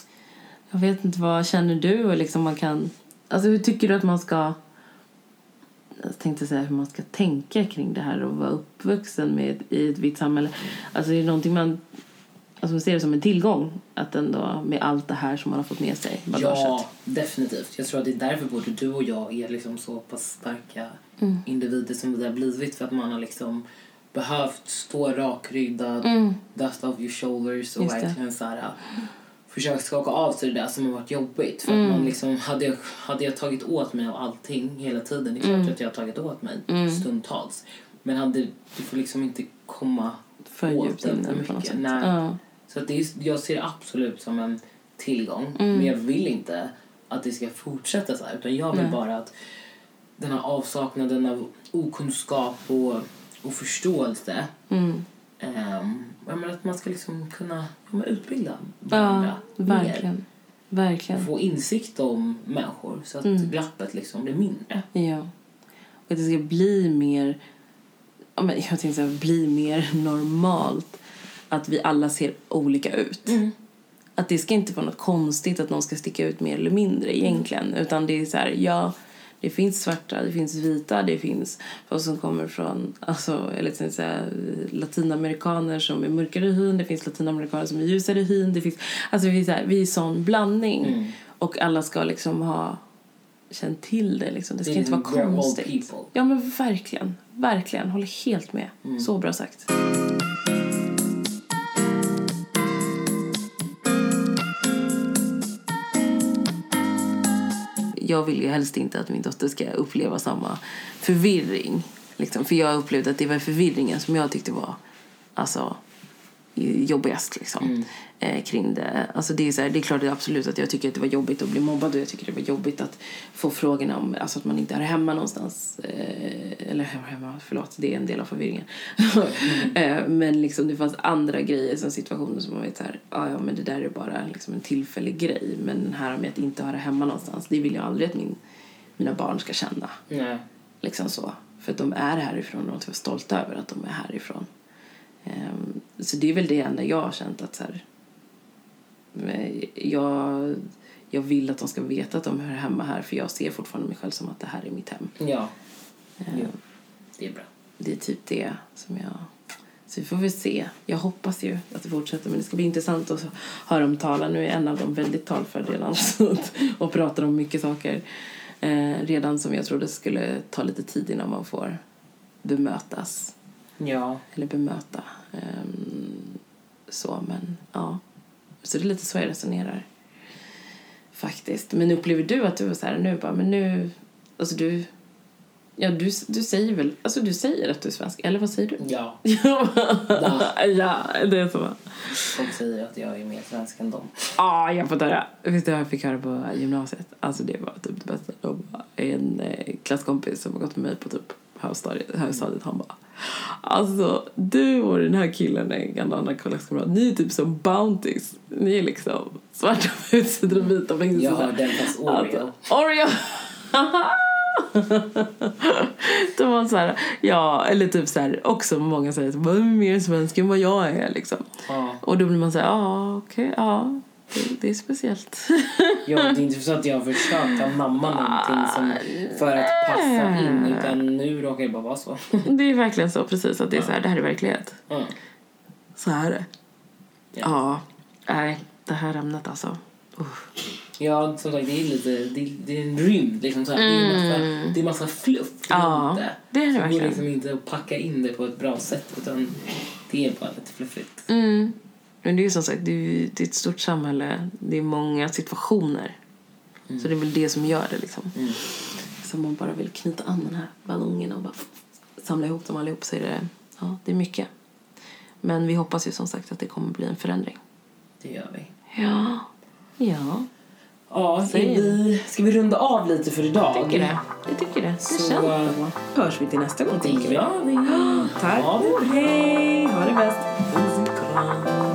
Jag vet inte, vad känner du? Och liksom man kan... Alltså hur tycker du att man ska tänkte säga hur man ska tänka kring det här och vara uppvuxen med i ett vitt samhälle. Alltså det är någonting man ser det som en tillgång att ändå med allt det här som man har fått med sig i bagaget. Ja, definitivt. Jag tror att det är därför både du och jag är liksom så pass starka individer som det har blivit, för att man har liksom behövt stå rakryggad, dust off your shoulders och verkligen så här försöka skaka av sig det där som har varit jobbigt, för att man liksom hade jag tagit åt mig av allting hela tiden, det är klart att jag har tagit åt mig stundtals, men du får liksom inte komma för åt den för mycket. Nej. Så att jag ser det absolut som en tillgång, men jag vill inte att det ska fortsätta så här, utan jag vill bara att den här avsaknaden av okunskap och förståelse att man ska liksom kunna utbilda varandra verkligen. Verkligen. Och få insikt om människor så att glappet liksom blir mindre. Ja. Och att det ska bli mer, jag tänkte säga, bli mer normalt att vi alla ser olika ut. Att det ska inte vara något konstigt att någon ska sticka ut mer eller mindre egentligen, utan det är så här, det finns svarta, det finns vita, det finns folk som kommer från latinamerikaner som är mörkare i hyn, det finns latinamerikaner som är ljusare i hyn, det finns, vi är sån blandning och alla ska liksom ha känt till det liksom. Det ska inte vara konstigt. Ja, men verkligen håller helt med. Så bra sagt. Jag vill ju helst inte att min dotter ska uppleva samma förvirring. Liksom. För jag upplevde att det var förvirringen som jag tyckte var jobbigast. Liksom, kring det. Alltså, det är klart absolut att jag tycker att det var jobbigt att bli mobbad. Och jag tycker det var jobbigt att få frågorna om att man inte är hemma någonstans. Det är en del av förvirringen. Men liksom, det fanns andra grejer som situationer som man vet så här, men det där är bara liksom en tillfällig grej. Men den här med att inte höra hemma någonstans, det vill jag aldrig att mina barn ska känna. Nej. Liksom så. För att de är härifrån och de ska vara stolta över att de är härifrån. Så det är väl det enda jag har känt att så här, jag vill att de ska veta att de hör hemma här, för jag ser fortfarande mig själv som att det här är mitt hem. Ja. Det är bra. Det är typ det som så vi får väl se. Jag hoppas ju att det fortsätter, men det ska bli intressant att höra dem tala. Nu är en av dem väldigt talförd redan och pratar om mycket saker redan som jag trodde skulle ta lite tid innan man får bemötas. Ja. Eller bemöta. Men ja. Så det är lite så jag resonerar. Faktiskt. Men upplever du att du var så här nu bara, men nu, alltså du säger väl, alltså du säger att du är svensk, eller vad säger du? Ja. Ja, det är så. Folk säger att jag är mer svensk än dem. Jag får höra. Visst, jag fick höra på gymnasiet. Alltså det var typ det bästa. De var en klasskompis som har gått med mig på typ högstadiet. Han bara, alltså du och den här killen, en annan klasskamrat, ni är typ som Bounties. Ni är liksom svarta på utsidan och vita på insidan. Ja, den fast Oreo. Oreo! De var så här, eller typ så här, också många säger att de är mer svensk än vad jag är liksom. Och då blir man så här, okej, det är speciellt. Ja, det är inte så att jag har försökt anamma någonting som för att passa in, utan nu råkar det bara vara så. Det är verkligen så, precis, att det är så här, det här är verklighet. Så här är det. Nej, det här ämnet alltså. Ja, som sagt, det är lite, det är en rymd liksom så här. Det är massa fluff. Det är det verkligen. Det går liksom inte att packa in det på ett bra sätt, utan det är bara lite fluffigt. Men det är ju som sagt, det är ett stort samhälle. Det är många situationer. Så det är väl det som gör det liksom. Så man bara vill knyta an den här ballongen och bara samla ihop dem allihop, så är det är mycket. Men vi hoppas ju som sagt att det kommer bli en förändring. Det gör vi. Ja. Ska vi runda av lite för idag? Jag tycker det. Det känns bra. Hörs vi till nästa gång, tänker vi. Ja, Tack. Ha det bra. Hej. Ha det bäst. Puss och kram.